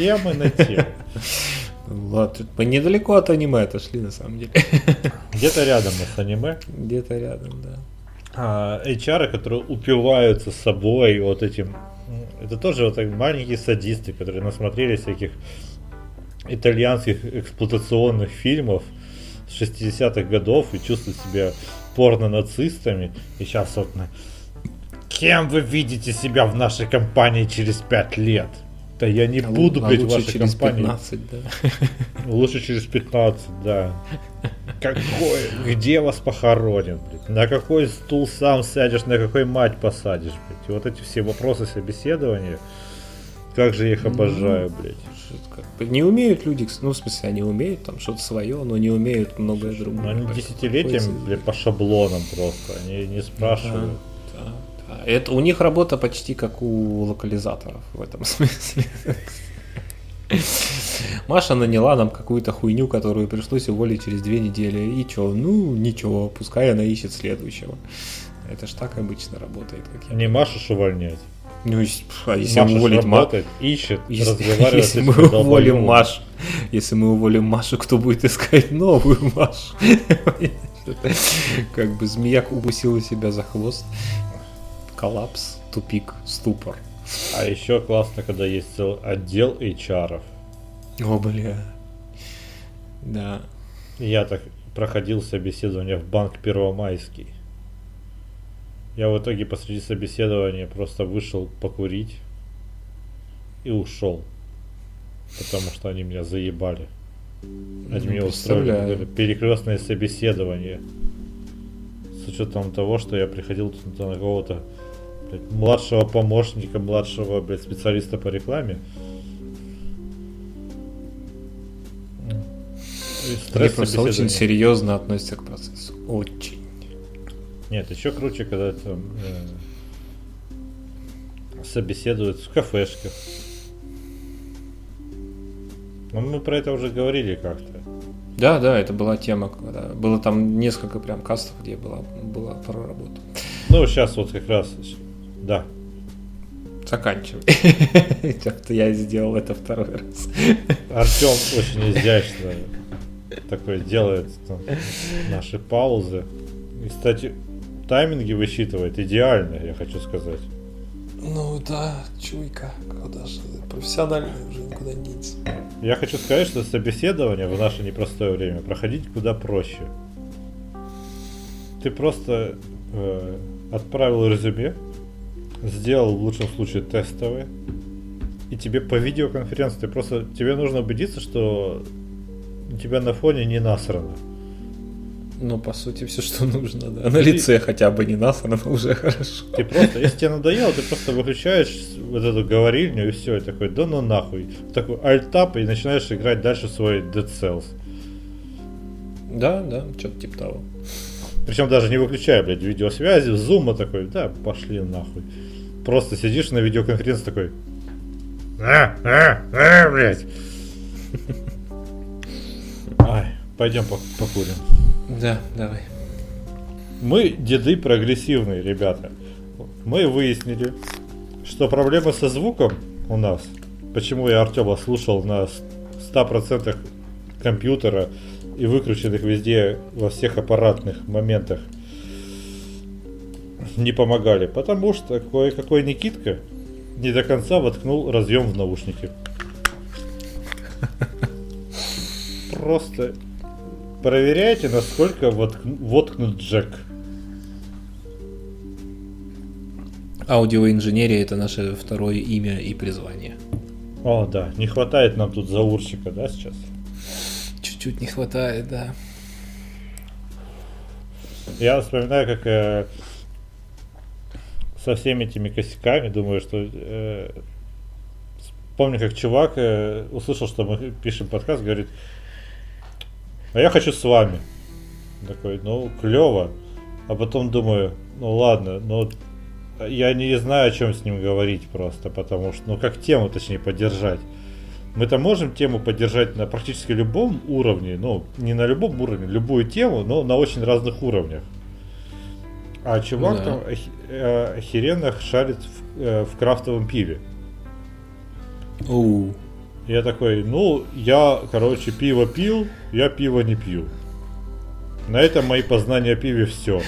Ладно, мы недалеко от аниме отошли, на самом деле. Где-то рядом мы с аниме. Где-то рядом, да. HR, которые упиваются собой вот этим... Это тоже вот так маленькие садисты, которые насмотрели всяких итальянских эксплуатационных фильмов с 60-х годов и чувствуют себя порно-нацистами. И сейчас вот кем вы видите себя в нашей компании через 5 лет? Да я не буду, блядь, в вашей через компании. 15, да. Лучше через 15, да. Где вас похоронят, блядь? На какой стул сам сядешь, на какой мать посадишь, блядь? И вот эти все вопросы собеседования, как же я их обожаю, блядь. Не умеют люди, ну, в смысле, они умеют там что-то свое, но не умеют многое другое. Ну, они десятилетиями, блядь, по шаблонам просто, они не спрашивают. Да. Это у них работа почти как у локализаторов в этом смысле. Маша наняла нам какую-то хуйню, которую пришлось уволить через 2 недели. И чё? Ну, ничего, пускай она ищет следующего. Это ж так обычно работает, как я. Не Машу ж увольнять. Ну, а если Маша уволить работает, ищет, разговаривает если мы уволим Машу, если мы уволим Машу, кто будет искать новую Машу? Как бы змея укусила себя за хвост. Коллапс, тупик, ступор. А еще классно, когда есть целый отдел HR-ов. О, бля. Да. Я так проходил собеседование в банк Первомайский. Я в итоге посреди собеседования просто вышел покурить и ушел. Потому что они меня заебали. Они мне устроили перекрестное собеседование. С учетом того, что я приходил на какого-то младшего помощника, младшего, блядь, специалиста по рекламе. Они просто очень серьезно относятся к процессу. Очень. Нет, еще круче, когда там собеседуют в кафешках. Но мы про это уже говорили как-то. Да, это была тема, когда было там несколько прям кастов, где была про работу. Ну, сейчас вот как раз, да. Заканчивай. Я сделал это 2-й раз. Артем очень изящно такой делает там наши паузы. И, кстати, тайминги высчитывает идеально, я хочу сказать. Ну да, чуйка, куда же профессионально уже никуда не деться. Я хочу сказать, что собеседование в наше непростое время проходить куда проще. Ты просто отправил резюме, сделал в лучшем случае тестовое, и тебе по видеоконференции тебе нужно убедиться, что у тебя на фоне не насрано. Ну, по сути, все, что нужно, да. На лице хотя бы не насрано, уже хорошо. Ты просто, если тебе надоело, ты просто выключаешь вот эту говорильню и все, и такой, да ну нахуй. Такой альт-тап и начинаешь играть дальше свой Dead Cells. Да, что-то типа того. Причем даже не выключая, блядь, видеосвязи, зума такой, да, пошли нахуй. Просто сидишь на видеоконференции такой, блядь. Ай, пойдем покурим. Да, давай. Мы деды прогрессивные, ребята. Мы выяснили, что проблема со звуком у нас, почему я Артема слушал на 100% компьютера и выкрученных везде во всех аппаратных моментах, не помогали. Потому что кое-какой Никитка не до конца воткнул разъем в наушники. Просто проверяйте, насколько воткнут джек. Аудиоинженерия — это наше 2-е имя и призвание. О, да, не хватает нам тут заурчика, да, сейчас? Чуть-чуть не хватает, да. Я вспоминаю, как со всеми этими косяками, думаю, что помню, как чувак услышал, что мы пишем подкаст, говорит, а я хочу с вами. Такой, ну, клево. А потом думаю, ну ладно, но я не знаю, о чем с ним говорить просто, потому что, ну, как тему, точнее, поддержать. Мы-то можем тему поддержать на практически любом уровне, ну, не на любом уровне, любую тему, но на очень разных уровнях. А чувак там охеренно шарит в крафтовом пиве. Я такой, ну, я, короче, пиво пил, я пиво не пью. На этом мои познания о пиве все.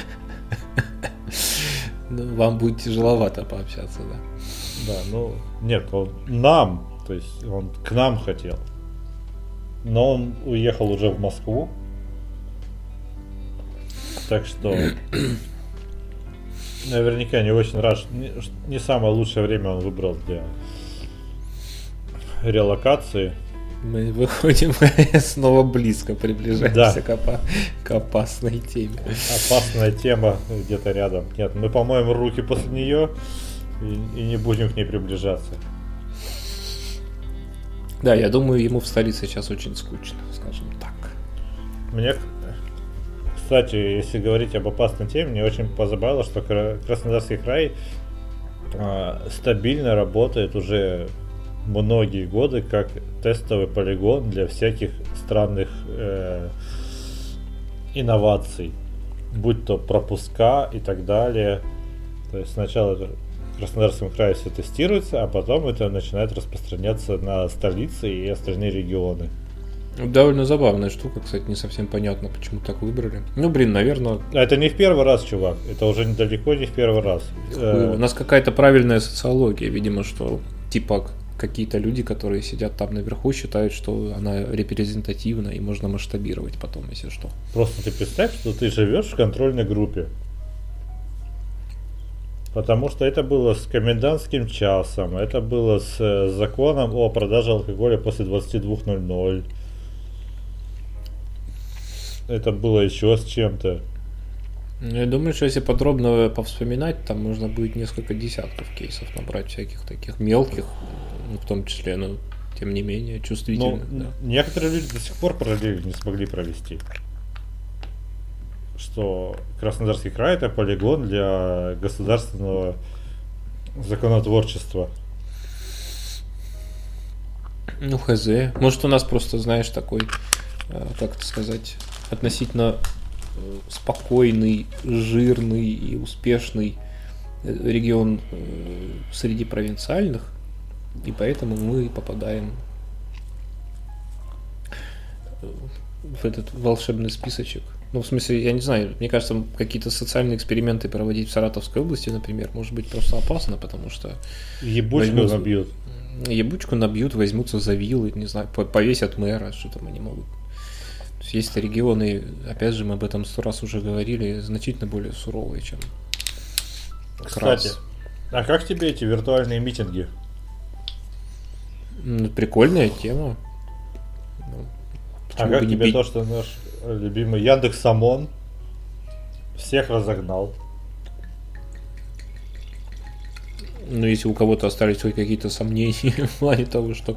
Ну, вам будет тяжеловато пообщаться, да? Да, ну, нет, он нам, то есть он к нам хотел. Но он уехал уже в Москву. Так что наверняка не очень рад. Не самое лучшее время он выбрал для релокации. Мы выходим снова близко, приближаемся к опасной теме. Опасная тема где-то рядом. Нет, мы помоем руки после нее и не будем к ней приближаться. Да, я думаю, ему в столице сейчас очень скучно, скажем так. Мне, кстати, если говорить об опасной теме, мне очень позабавило, что Краснодарский край стабильно работает уже многие годы как тестовый полигон для всяких странных инноваций, будь то пропуска и так далее. То есть сначала в Краснодарском крае все тестируется, а потом это начинает распространяться на столицы и остальные регионы. Довольно забавная штука, кстати, не совсем понятно, почему так выбрали. Ну, блин, наверное... Это не в первый раз, чувак, это уже далеко не в первый раз. У нас какая-то правильная социология, видимо, что типа какие-то люди, которые сидят там наверху, считают, что она репрезентативна и можно масштабировать потом, если что. Просто ты представь, что ты живешь в контрольной группе. Потому что это было с комендантским часом, это было с законом о продаже алкоголя после 22:00. Это было еще с чем-то. Я думаю, что если подробно повспоминать, там можно будет несколько десятков кейсов набрать всяких таких мелких, в том числе, но тем не менее чувствительных. Но да. некоторые люди до сих пор параллель не смогли провести. Что Краснодарский край это полигон для государственного законотворчества. Ну, хз. Может, у нас просто, знаешь, такой, как это сказать, относительно спокойный, жирный и успешный регион среди провинциальных, и поэтому мы попадаем в этот волшебный списочек. Ну, в смысле, я не знаю, мне кажется, какие-то социальные эксперименты проводить в Саратовской области, например, может быть просто опасно, потому что... Ебучку набьют, возьмутся за вилы, не знаю, повесят мэра, что там они могут. То есть регионы, опять же, мы об этом 100 раз уже говорили, значительно более суровые, чем Кстати, а как тебе эти виртуальные митинги? Прикольная тема. А как тебе то, что наш любимый Яндекс.Омон всех разогнал? Ну, если у кого-то остались хоть какие-то сомнения в плане того, что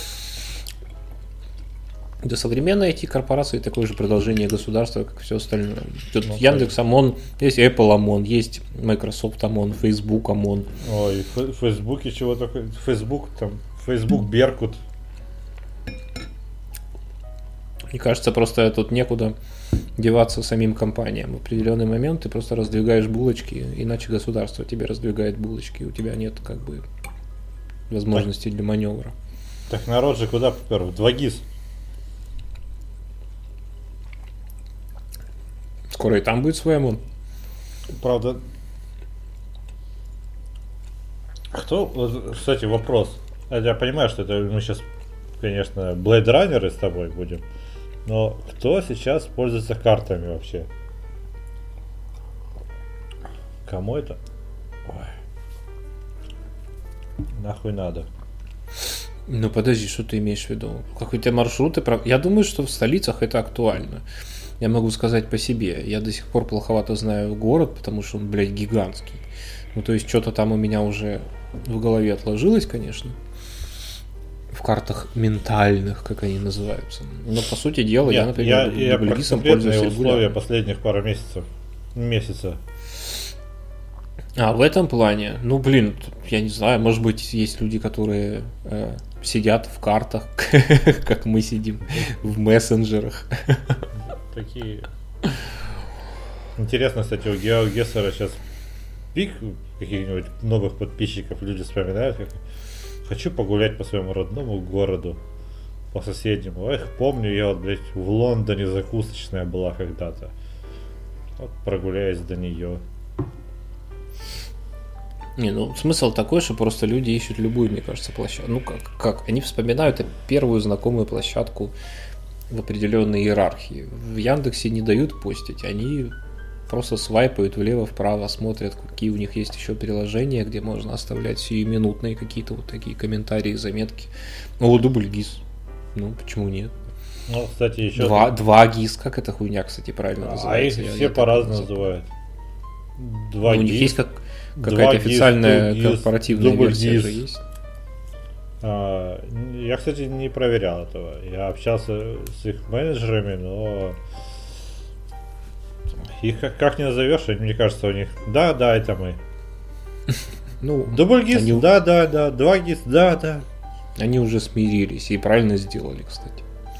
да, современные IT-корпорации такое же продолжение государства, как все остальное. Тут Яндекс ОМОН, есть Apple ОМОН, есть Microsoft ОМОН, Facebook ОМОН. Ой, в Фейсбуке чего только... Facebook Беркут. Мне кажется, просто тут некуда деваться самим компаниям. В определенный момент ты просто раздвигаешь булочки, иначе государство тебе раздвигает булочки, у тебя нет как бы возможности для маневра. Так народ же куда попер? В 2GIS. Скоро и там будет свой ОМОН. Правда. Кто, кстати, вопрос. Я понимаю, что это мы сейчас, конечно, Blade Runner с тобой будем. Но кто сейчас пользуется картами вообще? Кому это? Ой. Нахуй надо. Ну подожди, что ты имеешь в виду? Какие-то маршруты? Я думаю, что в столицах это актуально. Я могу сказать по себе. Я до сих пор плоховато знаю город, потому что он, блядь, гигантский. Ну, то есть, что-то там у меня уже в голове отложилось, конечно. В картах ментальных, как они называются. Но, по сути дела, я, например, дубльгисом пользуюсь условия последних пару месяца. А, в этом плане? Ну, блин, я не знаю, может быть, есть люди, которые сидят в картах, как мы сидим в мессенджерах. Такие. Интересно, кстати, у GeoGuessr сейчас пик каких-нибудь новых подписчиков, люди вспоминают, как хочу погулять по своему родному городу, по соседнему. Эх, помню, я вот, блядь, в Лондоне закусочная была когда-то. Вот прогуляюсь до нее. Не, ну смысл такой, что просто люди ищут любую, мне кажется, площадку. Ну как? Они вспоминают первую знакомую площадку в определенной иерархии. В Яндексе не дают постить, они просто свайпают влево-вправо, смотрят, какие у них есть еще приложения, где можно оставлять сиюминутные какие-то вот такие комментарии, заметки. Ну, дубльгиз. Ну, почему нет? Ну, кстати, еще... Два гиз, как эта хуйня, кстати, правильно называется? А их все по-разному называют. Два гиз. У них есть какая-то официальная корпоративная версия же есть. Я, кстати, не проверял этого. Я общался с их менеджерами, но их как не назовешь, мне кажется, у них да, это мы. Ну, дубльгиз, да, два гиз, да. Они уже смирились и правильно сделали, кстати.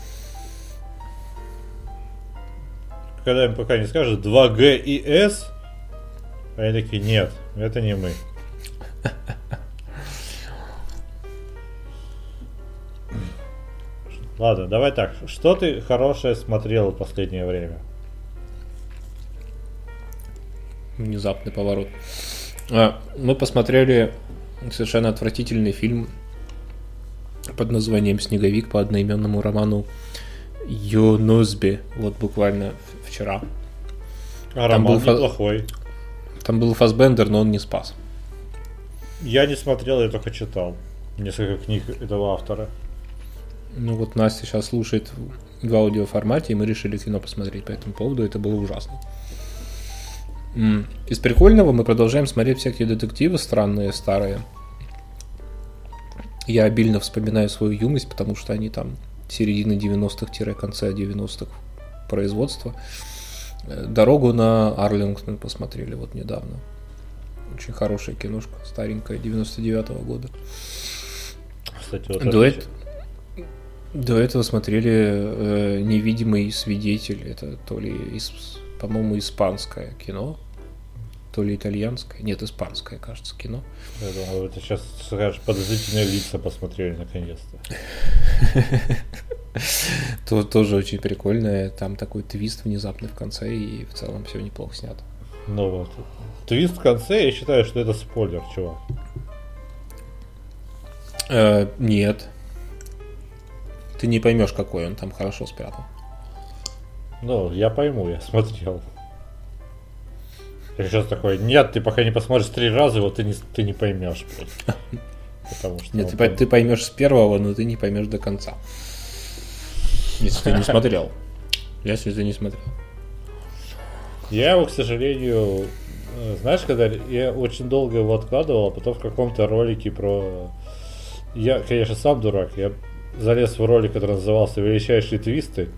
Когда им пока не скажут 2G и S, они такие, нет, это не мы. Ладно, давай так. Что ты хорошее смотрел в последнее время? Внезапный поворот. Мы посмотрели совершенно отвратительный фильм под названием «Снеговик» по одноименному роману Йоносби. Вот буквально вчера. А роман неплохой. Там был Фассбендер, но он не спас. Я не смотрел, я только читал несколько книг этого автора. Ну вот Настя сейчас слушает в аудиоформате, и мы решили кино посмотреть по этому поводу. Это было ужасно. Из прикольного мы продолжаем смотреть всякие детективы странные, старые. Я обильно вспоминаю свою юность, потому что они там середины 90-х-конца 90-х производства. «Дорогу на Арлингтон» посмотрели вот недавно. Очень хорошая киношка, старенькая, 99-го года. Кстати, вот до этого смотрели «Невидимый свидетель». Это то ли, по-моему, испанское кино, то ли итальянское. Нет, испанское, кажется, кино. Я думал, ты сейчас скажешь, «Подозрительные лица» посмотрели наконец-то. Тоже очень прикольное. Там такой твист внезапный в конце, и в целом все неплохо снято. Ну вот. Твист в конце, я считаю, что это спойлер, чувак. Нет. Ты не поймешь, какой он там хорошо спрятан. Ну, я пойму, я смотрел. Я сейчас такой, нет, ты пока не посмотришь 3 раза, его ты не поймешь. Потому что нет, ты поймешь с первого, но ты не поймешь до конца. Если ты не смотрел. Если ты не смотрел. Я его, к сожалению, знаешь, когда я очень долго его откладывал, а потом в каком-то ролике про... Я, конечно, сам дурак, я залез в ролик, который назывался «Величайшие твисты»,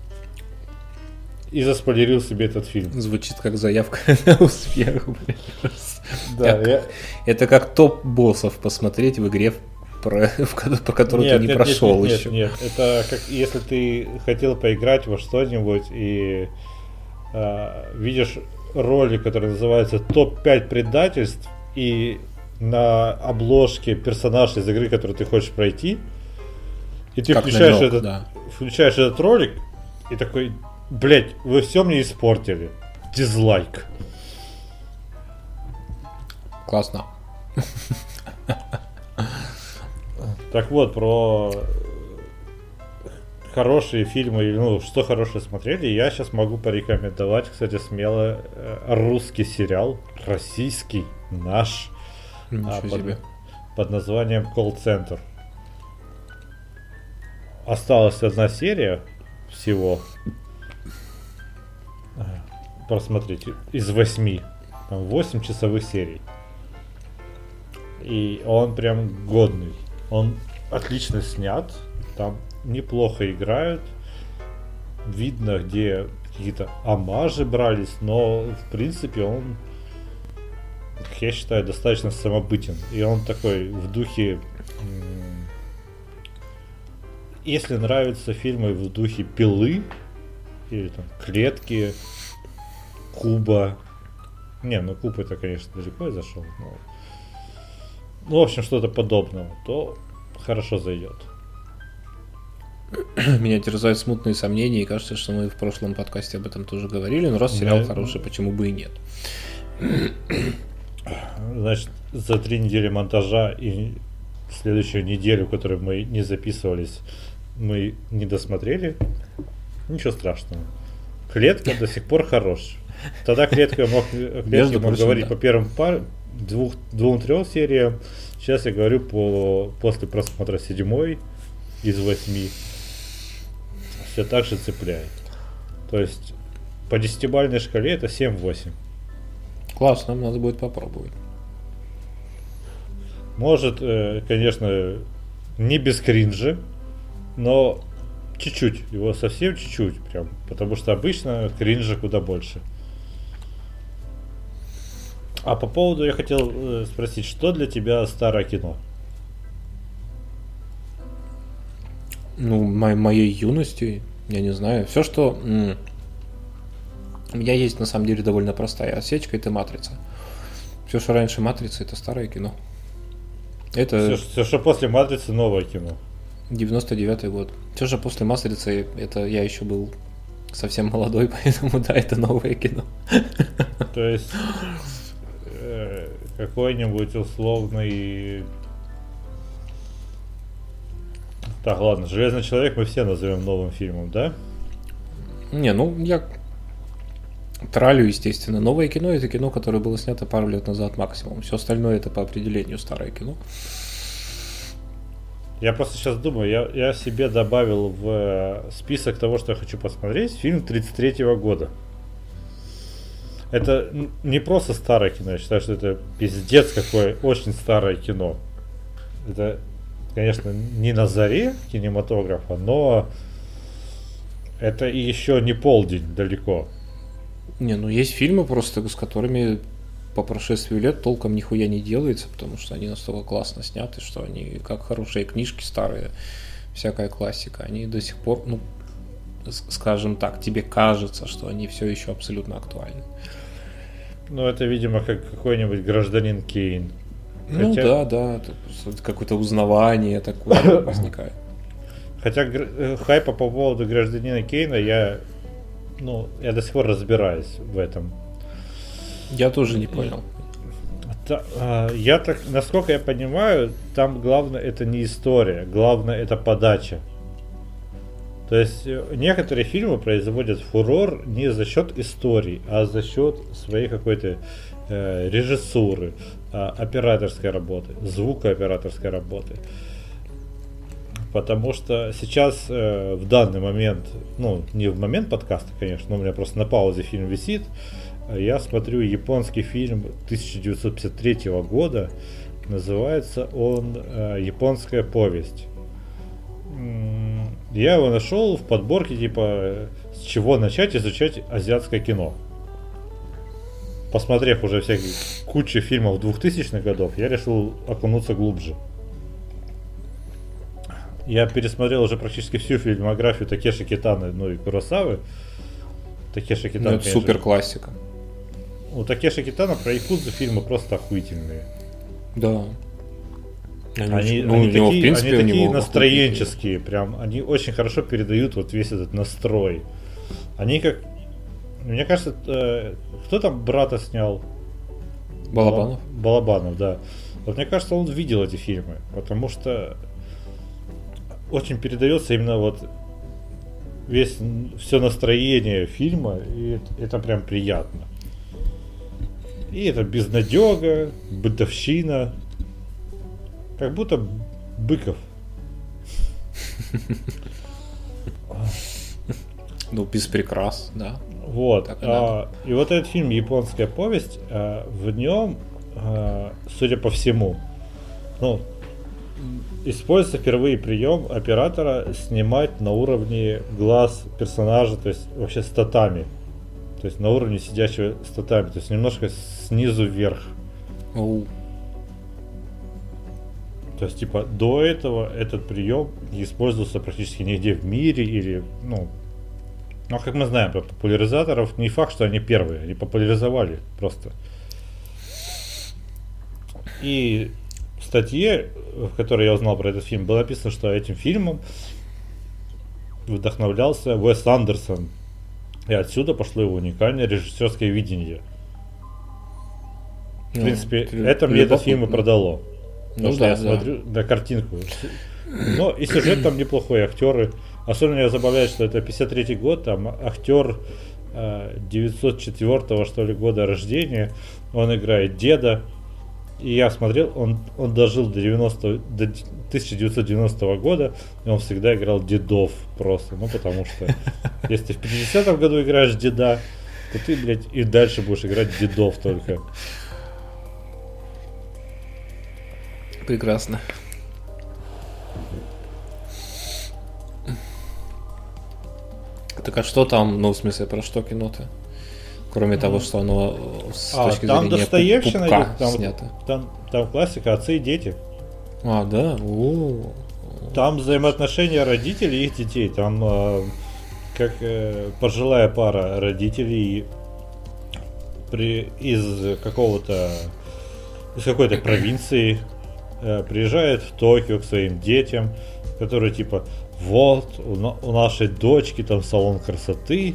и заспойлерил себе этот фильм. Звучит как заявка на успех. Да, это как топ боссов посмотреть в игре, по которой ты не прошел еще. Нет, это как если ты хотел поиграть во что-нибудь и видишь ролик, который называется «Топ-5 предательств», и на обложке персонаж из игры, который ты хочешь пройти, и ты включаешь этот ролик и такой, блять, вы все мне испортили. Дизлайк. Классно. Так вот, про хорошие фильмы, ну, что хорошее смотрели, я сейчас могу порекомендовать, кстати, смело русский сериал, российский, наш, под названием «Колл-центр». Осталась одна серия всего. просмотреть из 8. Там 8 часовых серий. И он прям годный. Он отлично снят. Там неплохо играют. Видно, где какие-то омажи брались, но в принципе он, как я считаю, достаточно самобытен. И он такой в духе... Если нравятся фильмы в духе Пилы, или там Клетки, Куба... Не, ну Куб это, конечно, далеко я зашел, но... Ну, в общем, что-то подобного, то хорошо зайдет. Меня терзают смутные сомнения, и кажется, что мы в прошлом подкасте об этом тоже говорили, но раз сериал хороший, почему бы и нет? Значит, за 3 недели монтажа и следующую неделю, в которой мы не записывались, мы не досмотрели. Ничего страшного. Клетка до сих пор хорош. Тогда клетку я мог говорить по первым 2-3 сериям. Сейчас я говорю после просмотра 7 из 8. Все так же цепляет. То есть по 10-бальной шкале это 7-8. Классно, надо будет попробовать. Может, конечно, не без кринжа, но чуть-чуть, его совсем чуть-чуть прям, потому что обычно кринжа куда больше. А по поводу я хотел спросить, что для тебя старое кино? Ну, моей юности, я не знаю. Все, что... У меня есть, на самом деле, довольно простая осечка, это «Матрица». Все, что раньше «Матрицы», это старое кино. Это... Все, что после «Матрицы», новое кино. 99-й год. Все же после «Матрицы», это я еще был совсем молодой, поэтому да, это новое кино. То есть какой-нибудь условный... Так, ладно, «Железный человек» мы все назовем новым фильмом, да? Не, ну я тралю, естественно. Новое кино — это кино, которое было снято пару лет назад максимум. Все остальное — это по определению старое кино. Я просто сейчас думаю, я себе добавил в список того, что я хочу посмотреть, фильм 33-го года. Это не просто старое кино, я считаю, что это пиздец какое очень старое кино. Это, конечно, не на заре кинематографа, но это и еще не полдень далеко. Не, ну есть фильмы просто, с которыми по прошествию лет толком нихуя не делается, потому что они настолько классно сняты, что они как хорошие книжки старые, всякая классика, они до сих пор, ну, скажем так, тебе кажется, что они все еще абсолютно актуальны. Ну, это, видимо, как какой-нибудь «Гражданин Кейн». Ну да, это какое-то узнавание такое возникает. Хотя хайпа по поводу «Гражданина Кейна» я до сих пор разбираюсь в этом. Я тоже не понял. Насколько я понимаю, там главное это не история, главное это подача. То есть некоторые фильмы производят фурор не за счет истории, а за счет своей какой-то режиссуры, операторской работы, звукооператорской работы. Потому что сейчас, в данный момент, ну, не в момент подкаста, конечно, но у меня просто на паузе фильм висит, я смотрю японский фильм 1953 года, называется он «Японская повесть». Я его нашел в подборке, типа, с чего начать изучать азиатское кино. Посмотрев уже всякие кучу фильмов 2000-х годов, я решил окунуться глубже. Я пересмотрел уже практически всю фильмографию Такеши Китано, ну и Куросавы. Такеши Китано, это супер классика. У Такеши Китано про якудзу фильмы просто охуительные. Да. Они такие настроенческие, прям, они очень хорошо передают вот весь этот настрой. Они как, мне кажется, кто там брата снял? Балабанов. Балабанов, да. Вот мне кажется, он видел эти фильмы, потому что очень передается именно вот все настроение фильма, и это прям приятно. И это безнадега, бытовщина. Как будто Быков. Ну, без прикрас, да. Вот. Так и надо. И вот этот фильм «Японская повесть», в нем, судя по всему, ну, используется впервые прием оператора снимать на уровне глаз персонажа, то есть вообще с татами. То есть на уровне сидящего с татами, то есть немножко снизу вверх. Оу. То есть, типа, до этого этот прием не использовался практически нигде в мире или, ну, как мы знаем про популяризаторов, не факт, что они первые, они популяризовали просто. И в статье, в которой я узнал про этот фильм, было написано, что этим фильмом вдохновлялся Уэс Андерсон. И отсюда пошло его уникальное режиссерское видение. В принципе, это мне этот фильм и продало. Потому что я смотрю на картинку. Но и сюжет там неплохой, актеры. Особенно меня забавляет, что это 53-й год, там актер 904 что ли года рождения. Он играет деда. И я смотрел, он дожил до 1990 года, и он всегда играл дедов просто. Ну, потому что если ты в 50-м году играешь деда, то ты, блядь, и дальше будешь играть дедов только. Прекрасно. Так а что там, ну, в смысле, про что кино-то? Кроме того, что оно с точки там зрения Достоевщина пупка идет, снято. Там классика «Отцы и дети». А, да? О-о-о. Там взаимоотношения родителей и их детей. Там как пожилая пара родителей из какой-то провинции приезжает в Токио к своим детям, которые типа вот у нашей дочки там салон красоты,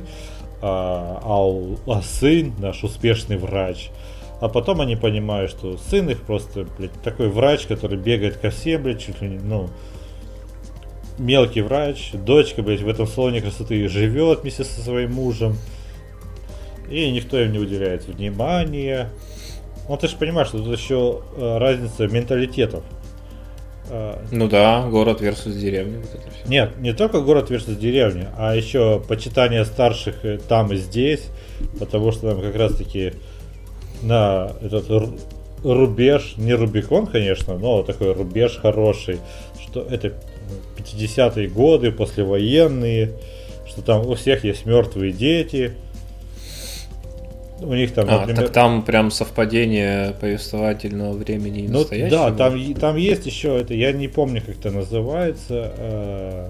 а сын наш успешный врач. А потом они понимают, что сын их просто, блядь, такой врач, который бегает ко всем, блядь, чуть ли не, ну, мелкий врач. Дочка, блядь, в этом салоне красоты живет вместе со своим мужем. И никто им не уделяет внимания. Ну, ты же понимаешь, что тут еще разница менталитетов. Ну да, город versus деревня. Вот это все. Нет, не только город versus деревня, а еще почитание старших там и здесь. Потому что там как раз таки на этот рубеж, не Рубикон, конечно, но такой рубеж хороший, что это 50-е годы, послевоенные, что там у всех есть мертвые дети. У них там, например... так там прям совпадение повествовательного времени и настоящего? Да, там есть еще это, я не помню, как это называется.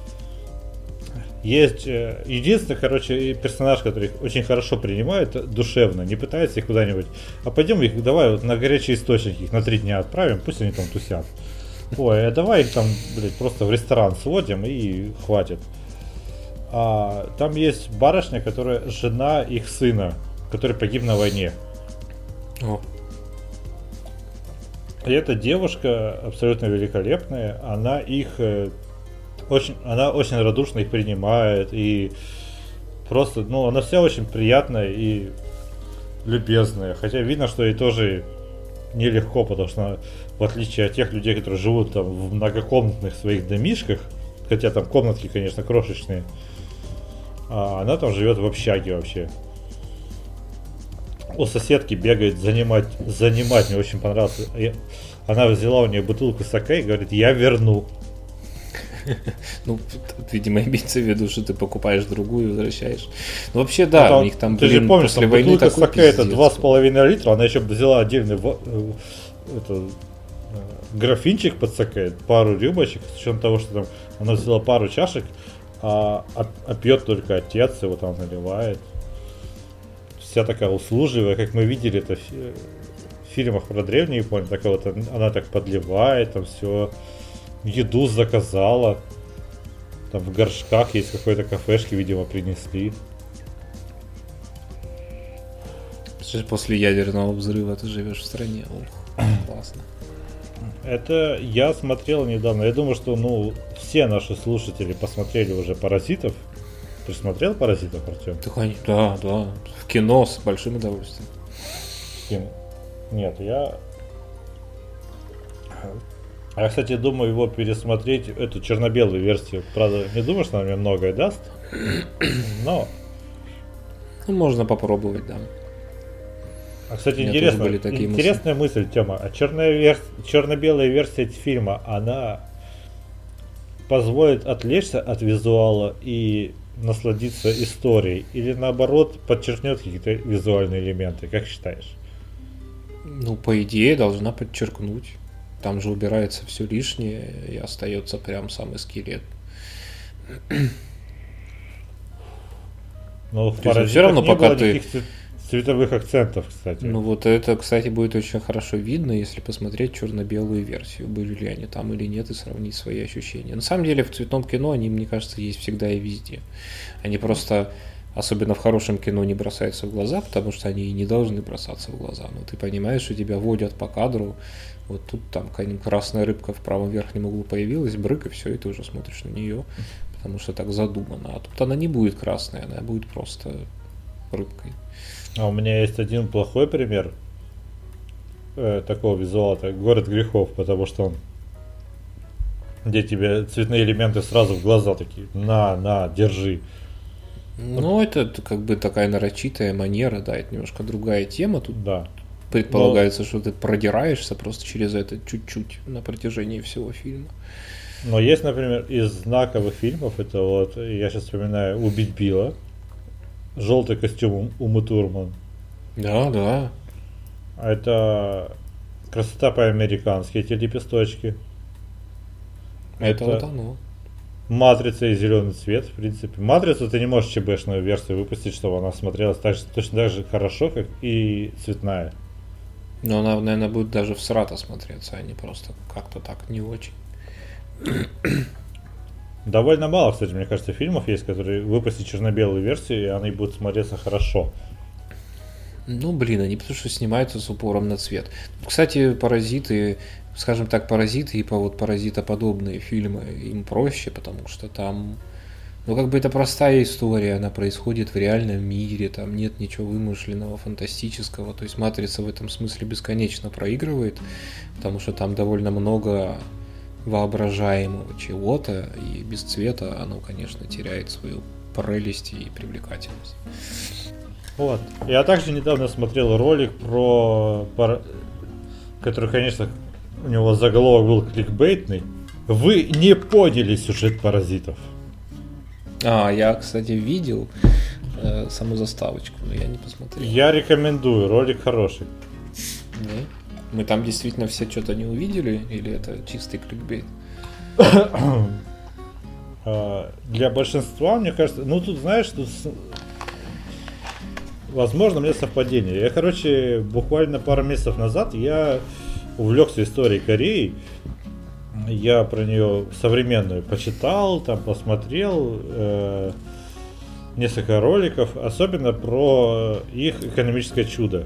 Есть единственный, короче, персонаж, который их очень хорошо принимает, душевно, не пытается их куда-нибудь. А пойдем их, давай вот на горячие источники их на 3 дня отправим, пусть они там тусят. Ой, а давай их там, блядь, просто в ресторан сводим и хватит. А там есть барышня, которая жена их сына, который погиб на войне. О. И эта девушка абсолютно великолепная, она очень радушно их принимает и просто, ну, она вся очень приятная и любезная. Хотя видно, что ей тоже нелегко, потому что она, в отличие от тех людей, которые живут там в многокомнатных своих домишках, хотя там комнатки, конечно, крошечные, она там живет в общаге вообще. У соседки бегает занимать. Мне очень понравилось. Она взяла у нее бутылку саке и говорит: я верну. Ну, видимо, имеется в виду, что ты покупаешь другую и возвращаешь. Ну, вообще, да, у них там, ты же помнишь, после войны бутылка такой саке это пиздец. 2,5 литра, она еще взяла отдельный графинчик под саке, пару рюмочек, с учетом того, что там она взяла пару чашек, а пьет только отец, и вот она наливает. Вся такая услужливая, как мы видели это в фильмах про древнюю Японию, такая вот она так подливает, там все, еду заказала, там в горшках есть какой-то кафешки, видимо, принесли. После ядерного взрыва ты живешь в стране. Ох, классно. Это я смотрел недавно. Я думаю, что все наши слушатели посмотрели уже «Паразитов». Ты же смотрел «Паразитов», Артем? Да. В кино с большим удовольствием. Нет, я, кстати, думаю его пересмотреть, эту черно-белую версию. Правда, не думаю, что она мне многое даст. Но. Ну, можно попробовать, да. Кстати, интересная мысль, Тёма. А черно-белая версия фильма, она позволит отвлечься от визуала и насладиться историей? Или наоборот, подчеркнет какие-то визуальные элементы? Как считаешь? Ну, по идее, должна подчеркнуть. Там же убирается все лишнее и остается прям самый скелет. Но в «Паразитах» все равно не было никаких цветовых акцентов, кстати. Ну вот это, кстати, будет очень хорошо видно, если посмотреть черно-белую версию, были ли они там или нет, и сравнить свои ощущения. На самом деле в цветном кино они, мне кажется, есть всегда и везде. Они просто, особенно в хорошем кино, не бросаются в глаза, потому что они и не должны бросаться в глаза. Но ты понимаешь, что тебя водят по кадру, вот тут там какая-нибудь красная рыбка в правом верхнем углу появилась, брык, и все, и ты уже смотришь на нее, потому что так задумано. А тут она не будет красной, она будет просто рыбкой. А у меня есть один плохой пример такого визуала, это «Город грехов», потому что он, где тебе цветные элементы сразу в глаза такие, на, держи. Ну, это как бы такая нарочитая манера, да, это немножко другая тема. Тут да. Предполагается, что ты продираешься просто через это чуть-чуть на протяжении всего фильма. Но есть, например, из знаковых фильмов, это вот, я сейчас вспоминаю «Убить Билла», желтый костюм Умы Турман. Да, да. Это «Красота по-американски», эти лепесточки. Это вот оно. «Матрица» и «Зеленый цвет», в принципе. «Матрицу» ты не можешь ЧБшную версию выпустить, чтобы она смотрелась точно так же хорошо, как и цветная. Но она, наверное, будет даже всрато смотреться, а не просто как-то так не очень. Довольно мало, кстати, мне кажется, фильмов есть, которые выпустят черно-белую версию, и они будут смотреться хорошо. Ну, блин, они потому что снимаются с упором на цвет. Кстати, «Паразиты», скажем так, «Паразиты» и вот паразитоподобные фильмы, им проще, потому что там, ну, как бы это простая история, она происходит в реальном мире, там нет ничего вымышленного, фантастического, то есть «Матрица» в этом смысле бесконечно проигрывает, потому что там довольно много воображаемого чего-то, и без цвета оно, конечно, теряет свою прелесть и привлекательность. Вот. Я также недавно смотрел ролик про который, конечно, у него заголовок был кликбейтный. Вы не поняли сюжет «Паразитов». Я, кстати, видел саму заставочку, но я не посмотрел. Я рекомендую, ролик хороший. Да? Мы там действительно все что-то не увидели, или это чистый кликбейт? Для большинства, мне кажется, ну тут, знаешь, тут возможно, у меня совпадение. Я, короче, буквально пару месяцев назад я увлекся историей Кореи. Я про нее современную почитал, там посмотрел несколько роликов, особенно про их экономическое чудо.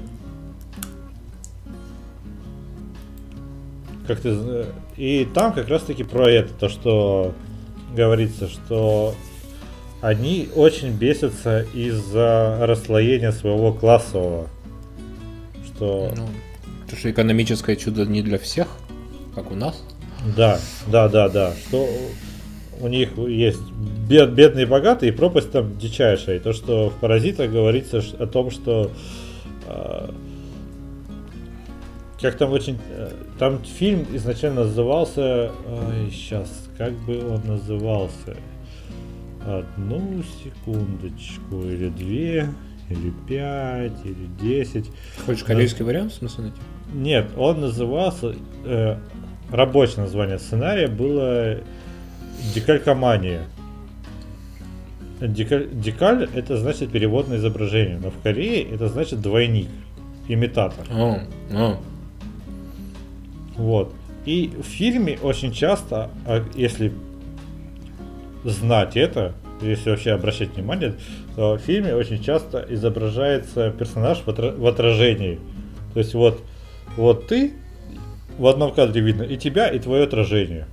И там как раз таки про это, то что говорится, что они очень бесятся из-за расслоения своего классового. Что... Потому что экономическое чудо не для всех, как у нас. Да. Что у них есть бедные и богатые, и пропасть там дичайшая. И то, что в «Паразитах» говорится о том, что как там очень... Там фильм изначально назывался... сейчас, как бы он назывался? Одну секундочку, или 2, или 5, или 10. Хочешь корейский вариант, в смысле, найти? Нет, он назывался... рабочее название сценария было «Декалькомания». Декаль это значит перевод на изображение, но в Корее это значит двойник, имитатор. Вот. И в фильме очень часто, если знать это, если вообще обращать внимание, то в фильме очень часто изображается персонаж в отражении. То есть вот ты в одном кадре видно и тебя, и твое отражение.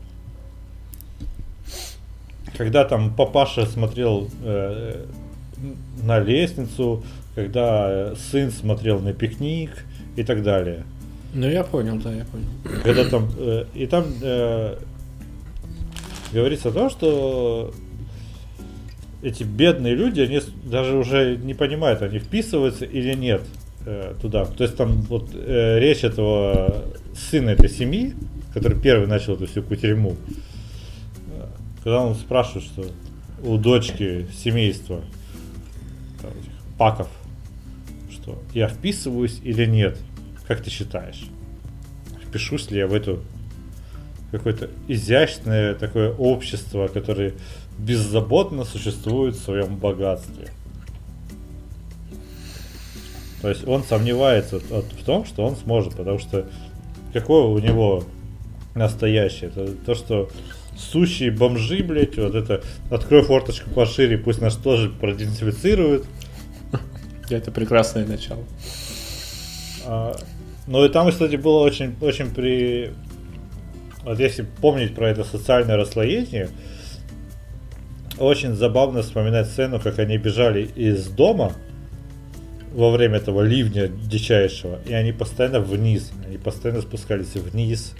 Когда там папаша смотрел на лестницу, когда сын смотрел на пикник и так далее. Ну я понял, да, я понял. Когда там и там говорится о том, что эти бедные люди, они даже уже не понимают, они вписываются или нет туда. То есть там вот речь этого сына этой семьи, который первый начал эту всю кутерьму, когда он спрашивает, что у дочки семейства там, этих паков, что я вписываюсь или нет, как ты считаешь? Впишусь ли я в эту какое-то изящное такое общество, которое беззаботно существует в своем богатстве. То есть он сомневается в том, что он сможет, потому что какое у него настоящее? Это то, что сущие бомжи, блять, вот это открой форточку пошире, пусть нас тоже продезинфицируют. Это прекрасное начало. Ну и там, кстати, было очень вот если помнить про это социальное расслоение, очень забавно вспоминать сцену, как они бежали из дома во время этого ливня дичайшего, и они постоянно вниз, они постоянно спускались вниз,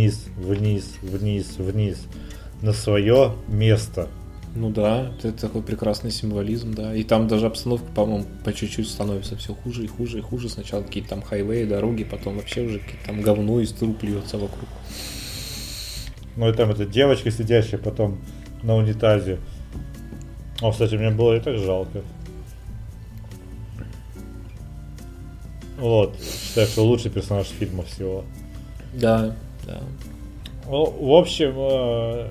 на свое место. Ну да, это такой прекрасный символизм, да. И там даже обстановка, по-моему, по чуть-чуть становится все хуже и хуже и хуже. Сначала какие-то там хайвеи, дороги, потом вообще уже какие-то там говно из труб льется вокруг. Ну и там эта девочка, сидящая потом на унитазе. О, кстати, мне было и так жалко. Вот, считаю, что лучший персонаж фильма всего. Да, да. Ну, в общем,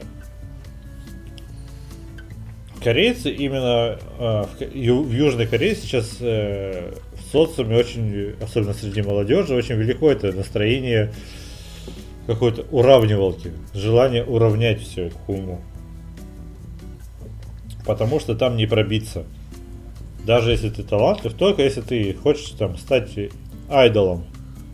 корейцы именно в Южной Корее сейчас в социуме очень, особенно среди молодежи, очень велико это настроение какой-то уравнивалки, желание уравнять все эту хуйню. Потому что там не пробиться. Даже если ты талантлив, только если ты хочешь там стать айдолом.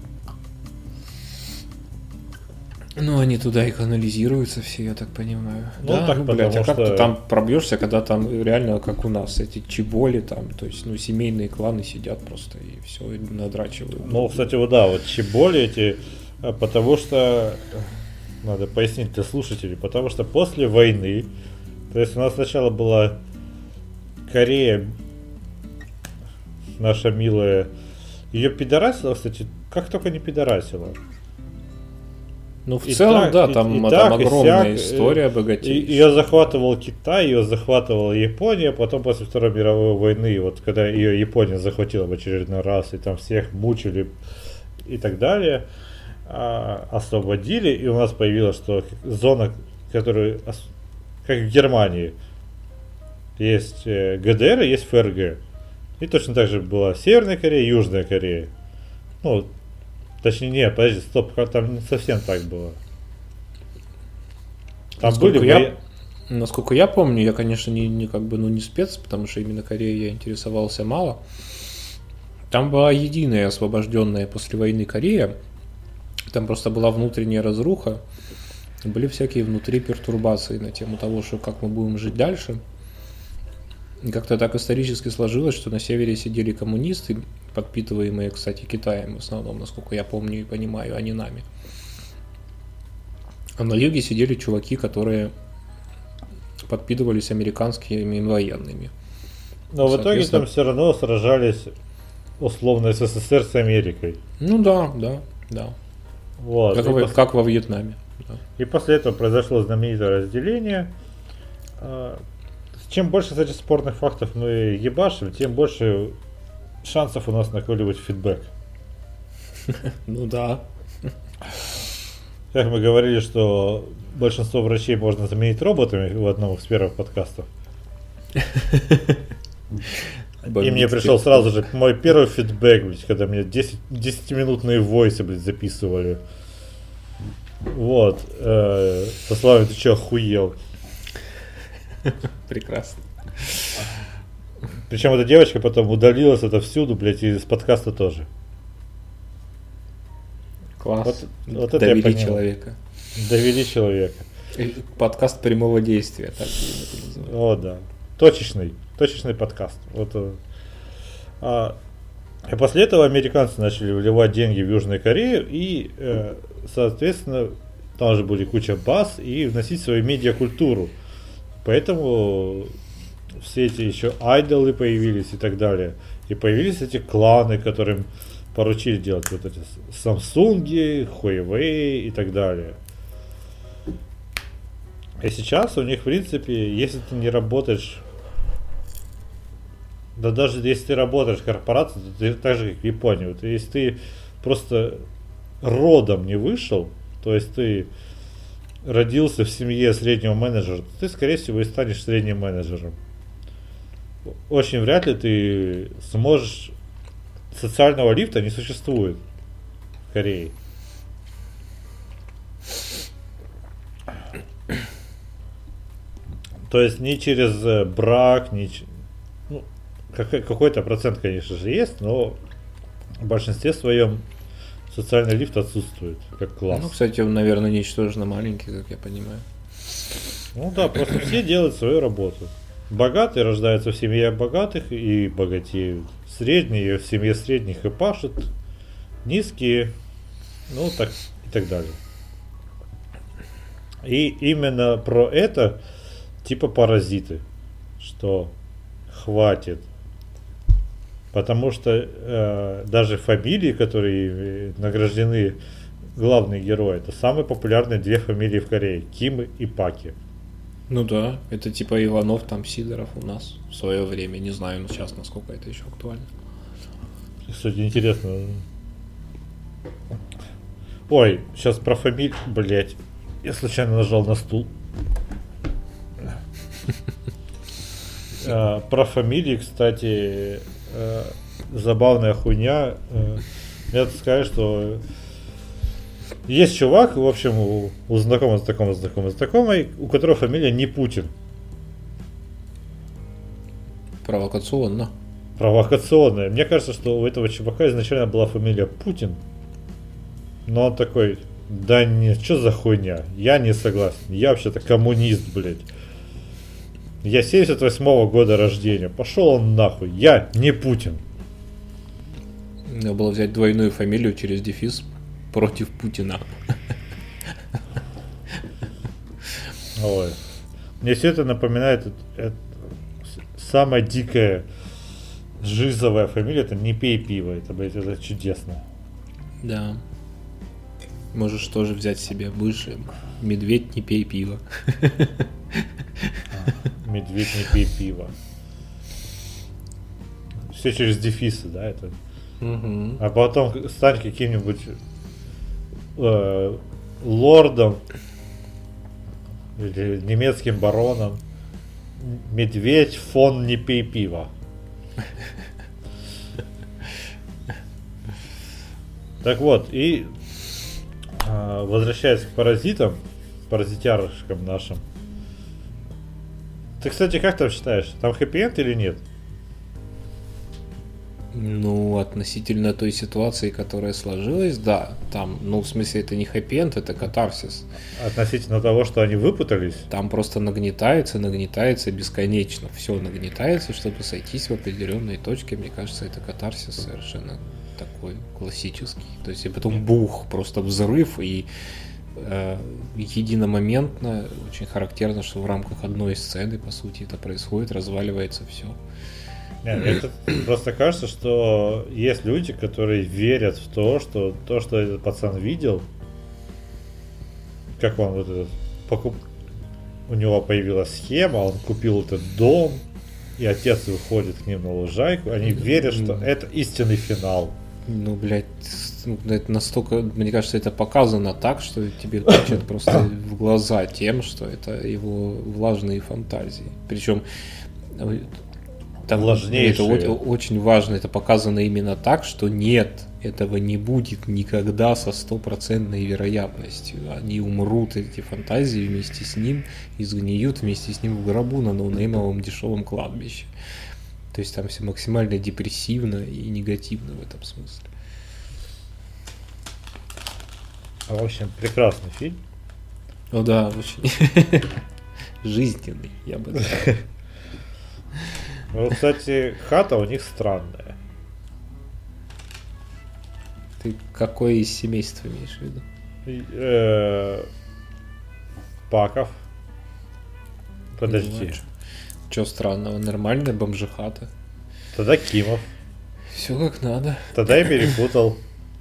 Ну, они туда и канализируются все, я так понимаю. Ну, да, так, ну, блядь, а как что... ты там пробьешься, когда там реально, как у нас, эти чеболи там, то есть, ну, семейные кланы сидят просто и все, надрачивают. Ну, кстати, вот да, вот чеболи эти, потому что, надо пояснить для слушателей, потому что после войны, то есть у нас сначала была Корея, наша милая, ее пидорасила, кстати, как только не пидорасила. Ну, в целом, так, да, там огромная история богатейшая. Ее захватывал Китай, ее захватывала Япония, потом после Второй мировой войны, вот когда ее Япония захватила в очередной раз, и там всех мучили и так далее, освободили, и у нас появилась что зона, которая, как в Германии, есть ГДР и есть ФРГ. И точно так же была Северная Корея и Южная Корея. Ну, точнее, нет, подожди, стоп, там не совсем так было. Там насколько я помню, я, конечно, не как бы, ну, не спец, потому что именно Кореей я интересовался мало. Там была единая освобожденная после войны Корея. Там просто была внутренняя разруха. Были всякие внутри пертурбации на тему того, что как мы будем жить дальше. И как-то так исторически сложилось, что на севере сидели коммунисты, подпитываемые, кстати, Китаем в основном, насколько я помню и понимаю, а не нами. А на юге сидели чуваки, которые подпитывались американскими военными. Но в итоге там все равно сражались условно СССР с Америкой. Ну да. Вот. Как во Вьетнаме. Да. И после этого произошло знаменитое разделение. Чем больше, кстати, спорных фактов мы ебашим, тем больше шансов у нас на какой-нибудь фидбэк. Ну да. Как мы говорили, что большинство врачей можно заменить роботами в одном из первых подкастов. И мне пришел сразу же мой первый фидбэк, блядь, когда мне 10-минутные войсы, блядь, записывали. Вот. Со словами, ты че, охуел? Прекрасно. Причем эта девочка потом удалилась отовсюду, блядь, и из подкаста тоже. Класс. Вот это довели человека. Довели человека. Подкаст прямого действия, так это называют. О, да. Точечный подкаст. Вот. И после этого американцы начали вливать деньги в Южную Корею и, соответственно, там же были куча баз и вносить свою медиакультуру. Поэтому все эти еще айдолы появились и так далее. И появились эти кланы, которым поручили делать вот эти Samsung, Huawei и так далее. И сейчас у них, в принципе, если ты не работаешь, да даже если ты работаешь в корпорации, то ты так же, как в Японии. Вот если ты просто родом не вышел, то есть ты родился в семье среднего менеджера, то ты, скорее всего, и станешь средним менеджером. Очень вряд ли ты сможешь... Социального лифта не существует в Корее. То есть ни через брак, ну, какой-то процент, конечно же, есть, но в большинстве своем социальный лифт отсутствует, как класс. Ну, кстати, он, наверное, ничтожно маленький, как я понимаю. Ну да, просто все делают свою работу. Богатые рождаются в семье богатых и богатеют. Средние в семье средних и пашут. Низкие, ну так и так далее. И именно про это типа паразиты, что хватит. Потому что даже фамилии, которые награждены главные герои, это самые популярные две фамилии в Корее. Ким и Паки. Ну да, это типа Иванов, там Сидоров у нас в свое время. Не знаю, сейчас насколько это еще актуально. Кстати, интересно. Ой, сейчас про фамилию, блять. Я случайно нажал на стул. Про фамилии, кстати, забавная хуйня. Надо сказать, что есть чувак, в общем, у знакомой, у которого фамилия не Путин. Провокационно. Провокационная. Мне кажется, что у этого чувака изначально была фамилия Путин. Но он такой, да не, что за хуйня? Я не согласен. Я вообще-то коммунист, блядь. Я 78-го года рождения. Пошел он нахуй. Я не Путин. Надо было взять двойную фамилию через дефис против Путина. Ой. Мне все это напоминает самая дикая жизовая фамилия. Это не пей пиво. Это, блядь, это чудесно. Да. Можешь тоже взять себе выше. Медведь, не пей пиво. Медведь, не пей пиво. Все через дефисы, да, это. Угу. А потом стань каким-нибудь лордом или немецким бароном. Медведь, фон, не пей пиво. Так вот, и возвращаясь к паразитам, паразитярышкам нашим. Ты, кстати, как там считаешь, там хэппи-энд или нет? Ну, относительно той ситуации, которая сложилась, да, там, ну, в смысле, это не хэппи-энд, это катарсис. Относительно того, что они выпутались? Там просто нагнетается бесконечно. Все нагнетается, чтобы сойтись в определенной точке. Мне кажется, это катарсис совершенно такой классический. То есть, и потом бух, просто взрыв, и единомоментно, очень характерно, что в рамках одной сцены, по сути, это происходит, разваливается все. Нет, это просто кажется, что есть люди, которые верят в то, что этот пацан видел, как он вот этот у него появилась схема, он купил этот дом, и отец выходит к ним на лужайку, они верят, что это истинный финал. Ну, блядь, это настолько, мне кажется, это показано так, что тебе тычет просто в глаза тем, что это его влажные фантазии. Причем там это очень важно, это показано именно так, что нет, этого не будет никогда со стопроцентной вероятностью. Они умрут, эти фантазии, вместе с ним, и сгниют вместе с ним в гробу на ноунеймовом дешевом кладбище. То есть там все максимально депрессивно и негативно в этом смысле. В общем, прекрасный фильм. Ну да, очень жизненный, я бы сказал. Ну, кстати, хата у них странная. Ты какое из семейств имеешь в виду? Паков. Подожди. Чё странного? Нормальная бомжехата. Тогда Кимов. Все как надо. Тогда я перепутал.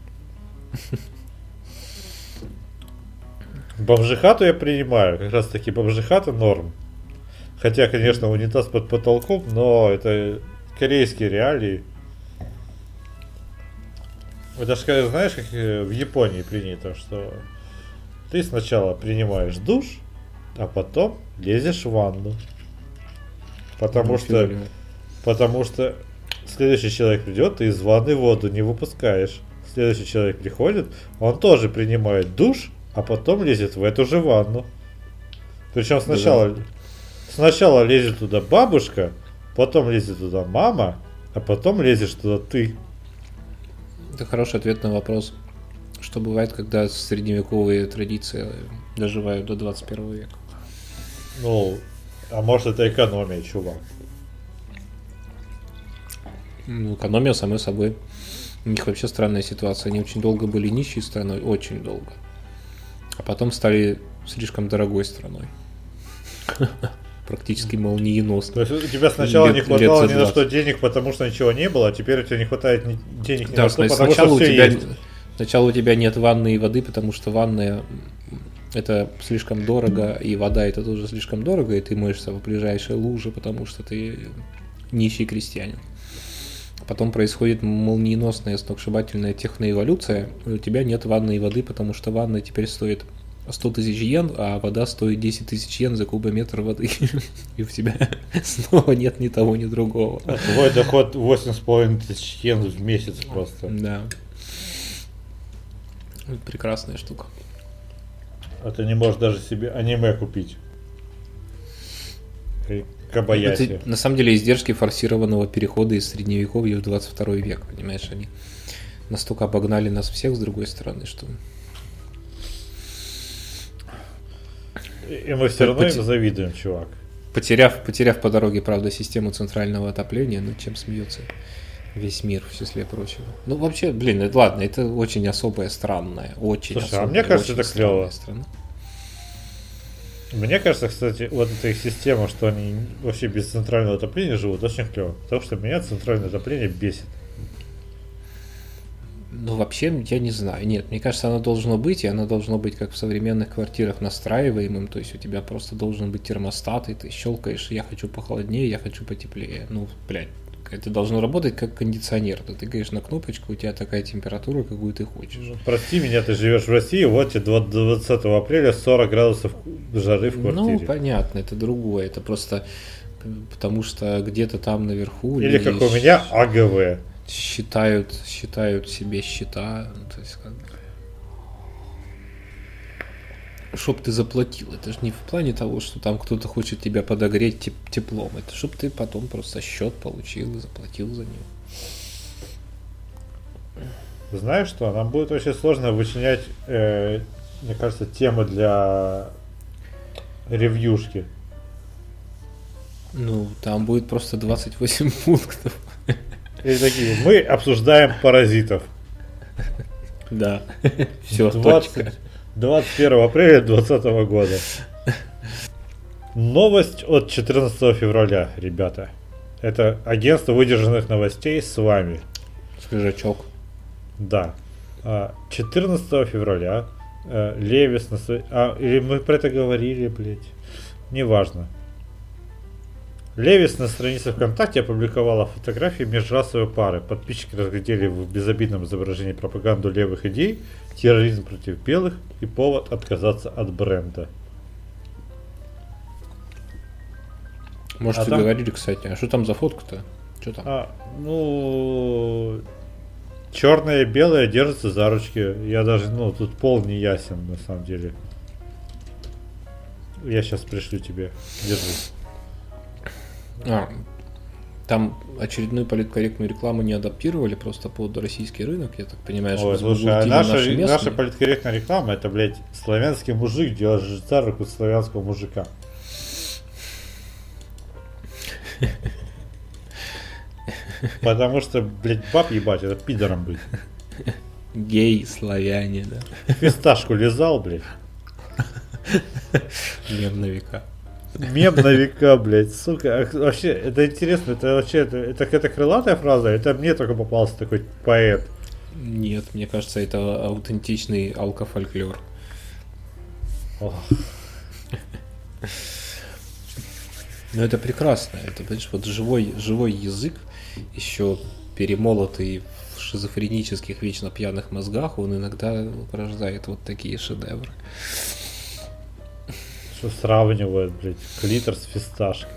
Бомжехату я принимаю. Как раз таки бомжехата норм. Хотя, конечно, унитаз под потолком, но это корейские реалии. Это же, знаешь, как в Японии принято, что ты сначала принимаешь душ, а потом лезешь в ванну. Потому что следующий человек придет, ты из ванны воду не выпускаешь. Следующий человек приходит, он тоже принимает душ, а потом лезет в эту же ванну. Причем сначала лезет туда бабушка, потом лезет туда мама, а потом лезешь туда ты. Это хороший ответ на вопрос, что бывает, когда средневековые традиции доживают до 21 века. Ну, а может это экономия, чувак. Ну, экономия, само собой. У них вообще странная ситуация. Они очень долго были нищей страной, очень долго. А потом стали слишком дорогой страной. Практически молниеносно. То есть у тебя сначала не хватало ни на что денег, потому что ничего не было, а теперь у тебя не хватает денег ни на что, потому что все есть. Сначала у тебя нет ванны и воды, потому что ванная это слишком дорого, и вода это тоже слишком дорого, и ты моешься в ближайшей луже, потому что ты нищий крестьянин. Потом происходит молниеносная сногсшибательная техноэволюция, и у тебя нет ванны и воды, потому что ванна теперь стоит 100 тысяч йен, а вода стоит 10 тысяч йен за кубометр воды. И у тебя снова нет ни того, ни другого. Твой доход 8,5 тысяч йен в месяц просто. Да. Прекрасная штука. А ты не можешь даже себе аниме купить. Кабаяси. Это, на самом деле, издержки форсированного перехода из средневековья в 22 век. Понимаешь, они настолько обогнали нас всех с другой стороны, что... И мы все равно им завидуем, чувак. Потеряв по дороге, правда, систему центрального отопления, ну чем смеется весь мир, в числе прочего. Ну, вообще, блин, это ладно, это очень особая, странная, очень Слушай, особая, а мне кажется, это клево. Страна. Мне кажется, кстати, вот эта их система, что они вообще без центрального отопления живут, очень клево. Потому что меня центральное отопление бесит. Ну, вообще, я не знаю. Нет, мне кажется, оно должно быть, и оно должно быть как в современных квартирах настраиваемым. То есть у тебя просто должен быть термостат, и ты щелкаешь, я хочу похолоднее, я хочу потеплее. Ну, блядь, это должно работать как кондиционер. Ты тыкаешь на кнопочку, у тебя такая температура, какую ты хочешь. Прости меня, ты живешь в России, вот тебе 20 апреля 40 градусов жары в квартире. Ну, понятно, это другое. Это просто потому что где-то там наверху... Или как у меня АГВ. Считают себе счета, ну, то есть как бы, чтоб ты заплатил. Это же не в плане того, что там кто-то хочет тебя подогреть теплом. Это чтоб ты потом просто счет получил и заплатил за него. Знаешь что? Нам будет очень сложно вычленять, мне кажется, темы для ревьюшки. Ну, там будет просто 28 пунктов. И такие, мы обсуждаем паразитов. Да, все, точка. 21 апреля 2020 года. Новость от 14 февраля, ребята. Это агентство выдержанных новостей с вами. Свежачок. Да. 14 февраля Левис на своей... или мы про это говорили, блядь. Неважно. Левис на странице ВКонтакте опубликовала фотографии межрасовой пары. Подписчики разглядели в безобидном изображении пропаганду левых идей, терроризм против белых и повод отказаться от бренда. Может, вы говорили, кстати, а что там за фотка-то? Что там? Черное и белое держатся за ручки. Я даже, тут пол не ясен, на самом деле. Я сейчас пришлю тебе. Держи. Там очередную политкорректную рекламу не адаптировали просто под российский рынок, я так понимаю, что слушай, наша политкорректная реклама, это, блядь, славянский мужик делает за руку славянского мужика. Потому что, блядь, баб ебать, это пидором быть. Гей, славяне, да. Фисташку лизал, блядь. Мем на века. Мем на века, блядь, сука. Вообще, это интересно, это вообще, это какая-то крылатая фраза? Это мне только попался такой поэт. Нет, мне кажется, это аутентичный алкофольклор. Но это прекрасно. Это, понимаешь, вот живой язык, еще перемолотый в шизофренических, вечно пьяных мозгах, он иногда порождает вот такие шедевры. Что сравнивают, блядь, клитор с фисташкой.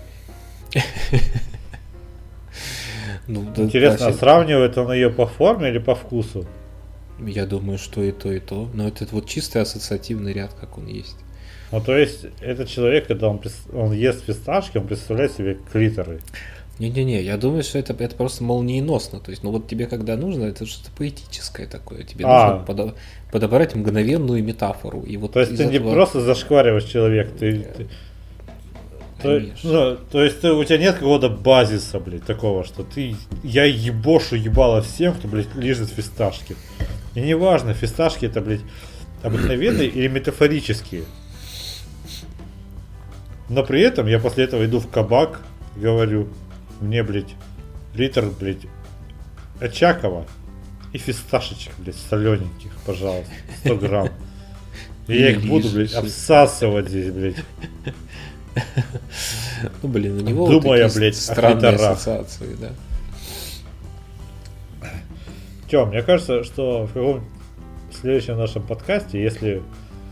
Интересно, а сравнивает он ее по форме или по вкусу? Я думаю, что и то, и то. Но это вот чистый ассоциативный ряд, как он есть. Ну, то есть, этот человек, когда он ест фисташки, он представляет себе клиторы. Не-не-не, я думаю, что это просто молниеносно. То есть, ну вот тебе когда нужно, это что-то поэтическое такое. Тебе нужно подобрать мгновенную метафору. И вот то есть, ты не просто зашквариваешь человека, то есть у тебя нет какого-то базиса, блядь, такого, что я ебошу ебало всем, кто, блядь, лижет фисташки. И неважно, фисташки это, блядь, обыкновенные или метафорические. Но при этом я после этого иду в кабак и говорю, мне, блядь, литр, блядь, Очакова и фисташечек, блядь, солененьких, пожалуйста, 100 грамм. И я их буду, блядь, обсасывать здесь, блядь. Ну, блин, у него думая, вот блядь, странные ассоциации, да. Тём, мне кажется, что в каком следующем нашем подкасте, если...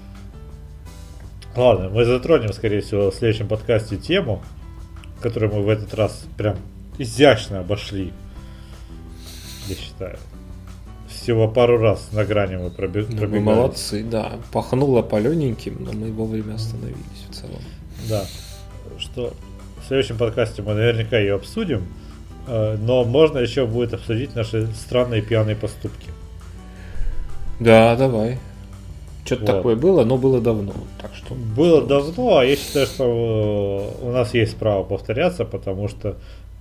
Ладно, мы затронем, скорее всего, в следующем подкасте тему, которую мы в этот раз прям изящно обошли, я считаю. Всего пару раз на грани мы пробегали. Мы молодцы, да. Пахнуло палененьким, но мы вовремя остановились в целом. Да. Что в следующем подкасте мы наверняка ее обсудим, но можно еще будет обсудить наши странные пьяные поступки. Да, давай. Что-то такое было, но было давно. Так что было давно, а я считаю, что у нас есть право повторяться, потому что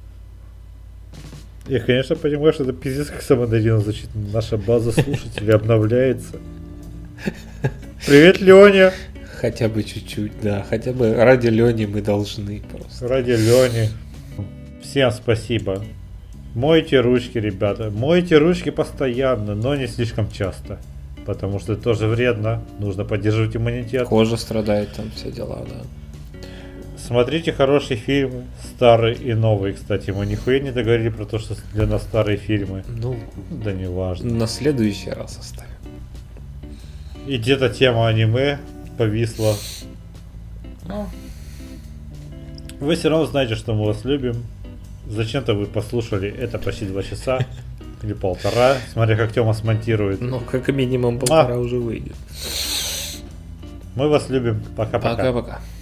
я, конечно, понимаю, что это пиздец как самодовольно звучит. Наша база слушателей обновляется. Привет, Леня! Хотя бы чуть-чуть, да. Хотя бы ради Лени мы должны просто. Ради Лени. Всем спасибо. Мойте ручки, ребята. Мойте ручки постоянно, но не слишком часто. Потому что это тоже вредно. Нужно поддерживать иммунитет. Кожа страдает, там все дела, да. Смотрите хорошие фильмы, старые и новые, кстати. Мы нихуя не договорили про то, что для нас старые фильмы. Ну, да не важно. На следующий раз оставим. И где-то тема аниме повисла. Но вы все равно знаете, что мы вас любим. Зачем-то вы послушали это почти 2 часа. Или 1,5. Смотря как Тёма смонтирует. Ну, как минимум 1,5 уже выйдет. Мы вас любим. Пока-пока. Пока-пока.